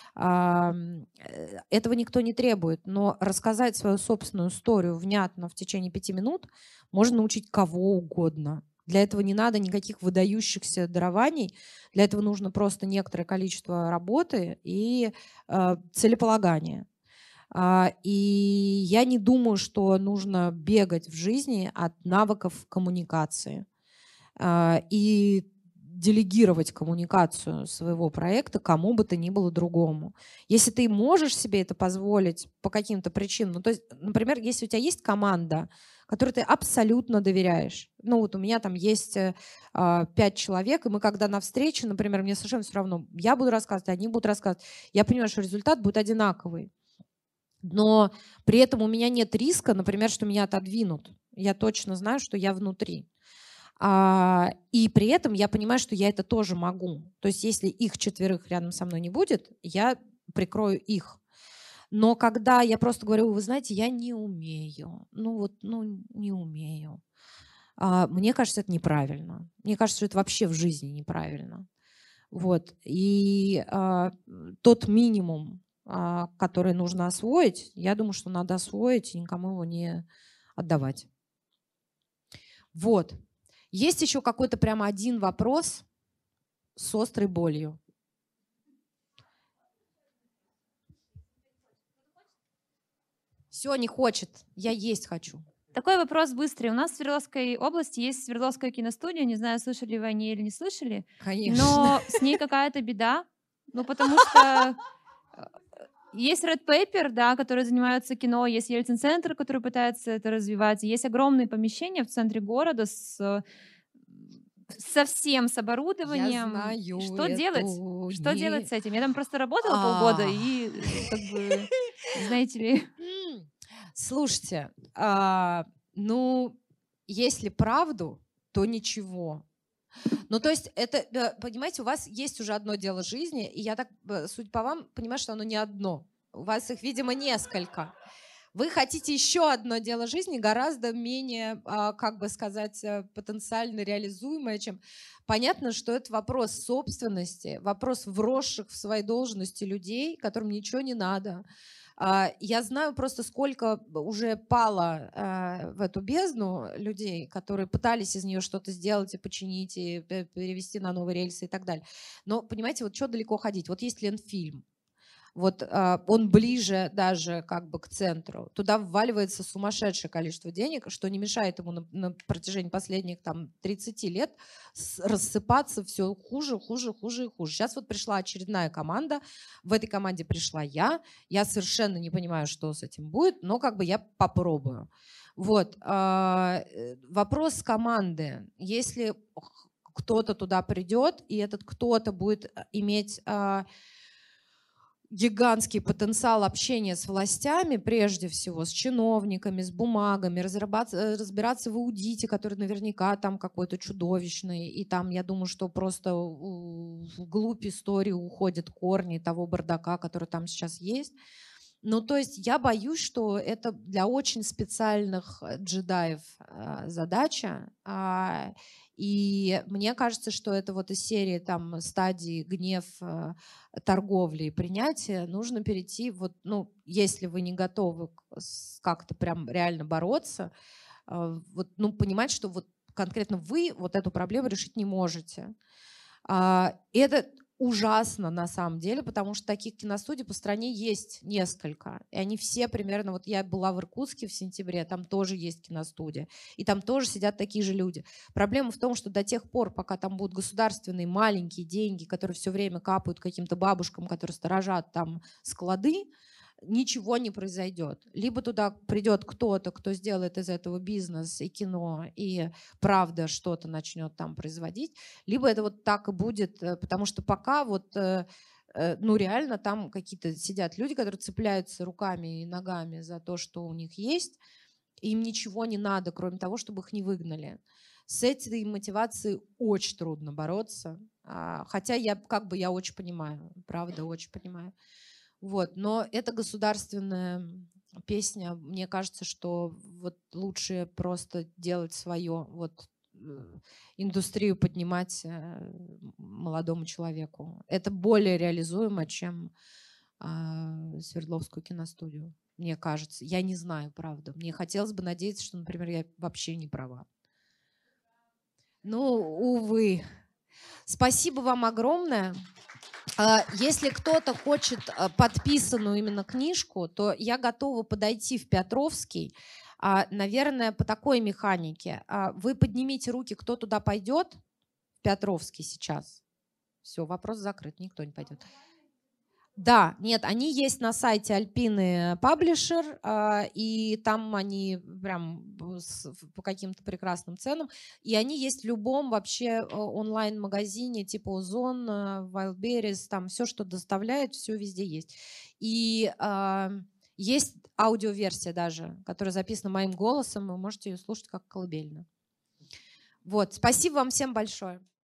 Этого никто не требует, но рассказать свою собственную историю внятно в течение пяти минут можно научить кого угодно. Для этого не надо никаких выдающихся дарований, для этого нужно просто некоторое количество работы и э, целеполагания. А, и я не думаю, что нужно бегать в жизни от навыков коммуникации а, и делегировать коммуникацию своего проекта кому бы то ни было другому. Если ты можешь себе это позволить по каким-то причинам, ну, то есть, например, если у тебя есть команда, которой ты абсолютно доверяешь. Ну вот у меня там есть э, пять человек, и мы когда на встрече, например, мне совершенно все равно, я буду рассказывать, они будут рассказывать, я понимаю, что результат будет одинаковый. Но при этом у меня нет риска, например, что меня отодвинут. Я точно знаю, что я внутри. А, и при этом я понимаю, что я это тоже могу. То есть если их четверых рядом со мной не будет, я прикрою их. Но когда я просто говорю, вы знаете, я не умею, ну вот, ну не умею, а, мне кажется, это неправильно. Мне кажется, что это вообще в жизни неправильно. Вот. И а, тот минимум, а, который нужно освоить, я думаю, что надо освоить и никому его не отдавать. Вот. Есть еще какой-то прямо один вопрос с острой болью. Все, не хочет. Я есть хочу. Такой вопрос быстрый. У нас в Свердловской области есть Свердловская киностудия. Не знаю, слышали вы о ней или не слышали. Конечно. Но с ней какая-то беда. Ну, потому что есть Red Paper, да, которые занимаются кино, есть Ельцин-центр, который пытается это развивать. Есть огромные помещения в центре города с совсем с оборудованием. Я знаю Что эту делать? Что не- делать с этим? Я там просто работала А. полгода и, как бы, знаете ли... Слушайте, а, ну, если правду, то ничего. Ну, то есть это, э, понимаете, у вас есть уже одно дело жизни, и я так, э, судя по вам, понимаю, что оно не одно. У вас их, видимо, несколько. Вы хотите еще одно дело жизни, гораздо менее, а, как бы сказать, э, потенциально реализуемое, чем... Понятно, что это вопрос собственности, вопрос вросших в свои должности людей, которым ничего не надо. А, Я знаю просто, сколько уже пало э, в эту бездну людей, которые пытались из нее что-то сделать и починить, и пе- перевести на новые рельсы и так далее. Но, понимаете, вот что далеко ходить? Вот есть Ленфильм. Вот а, он ближе даже как бы к центру. Туда вваливается сумасшедшее количество денег, что не мешает ему на, на протяжении последних там тридцати лет с- рассыпаться все хуже, хуже, хуже и хуже. Сейчас вот пришла очередная команда. В этой команде пришла я. Я совершенно не понимаю, что с этим будет, но как бы я попробую. Вот. а, э, Вопрос команды. Если х- кто-то туда придет, и этот кто-то будет а, иметь а, гигантский потенциал общения с властями, прежде всего, с чиновниками, с бумагами, разрабат- э, разбираться в аудите, который наверняка там какой-то чудовищный, и там, я думаю, что просто у- вглубь истории уходят корни того бардака, который там сейчас есть. Ну, то есть я боюсь, что это для очень специальных э, джедаев а, задача. а, И мне кажется, что это вот из серии там стадии гнев, э, торговли и принятия нужно перейти, вот, ну, если вы не готовы к- с- как-то прям реально бороться, а, вот, ну, понимать, что вот конкретно вы вот эту проблему решить не можете. А, и это ужасно на самом деле, потому что таких киностудий по стране есть несколько. И они все примерно... Вот я была в Иркутске в сентябре, там тоже есть киностудия. И там тоже сидят такие же люди. Проблема в том, что до тех пор, пока там будут государственные маленькие деньги, которые все время капают каким-то бабушкам, которые сторожат там склады, ничего не произойдет. Либо туда придет кто-то, кто сделает из этого бизнес и кино, и правда что-то начнет там производить, либо это вот так и будет, э, потому что пока вот, э, э, ну реально там какие-то сидят люди, которые цепляются руками и ногами за то, что у них есть, и им ничего не надо, кроме того, чтобы их не выгнали. С этой мотивацией очень трудно бороться, а, хотя я как бы я очень понимаю, правда, очень понимаю. Вот, но это государственная песня. Мне кажется, что вот лучше просто делать свое, вот э, индустрию поднимать э, молодому человеку. Это более реализуемо, чем а, Свердловскую киностудию, мне кажется. Я не знаю, правда. Мне хотелось бы надеяться, что, например, я вообще не права. Ну, увы. Спасибо вам огромное. А, Если кто-то хочет а, подписанную именно книжку, то я готова подойти в Петровский, а, наверное, по такой механике. А, Вы поднимите руки, кто туда пойдет в Петровский сейчас. Все, вопрос закрыт, никто не пойдет. Да, нет, они есть на сайте Альпины Паблишер, а, и там они прям с- по каким-то прекрасным ценам, и они есть в любом вообще э, онлайн-магазине типа Озон, э, Wildberries, там все, что доставляет, все везде есть. И а, есть аудиоверсия даже, которая записана моим голосом, вы можете ее слушать как колыбельную. Вот, спасибо вам всем большое.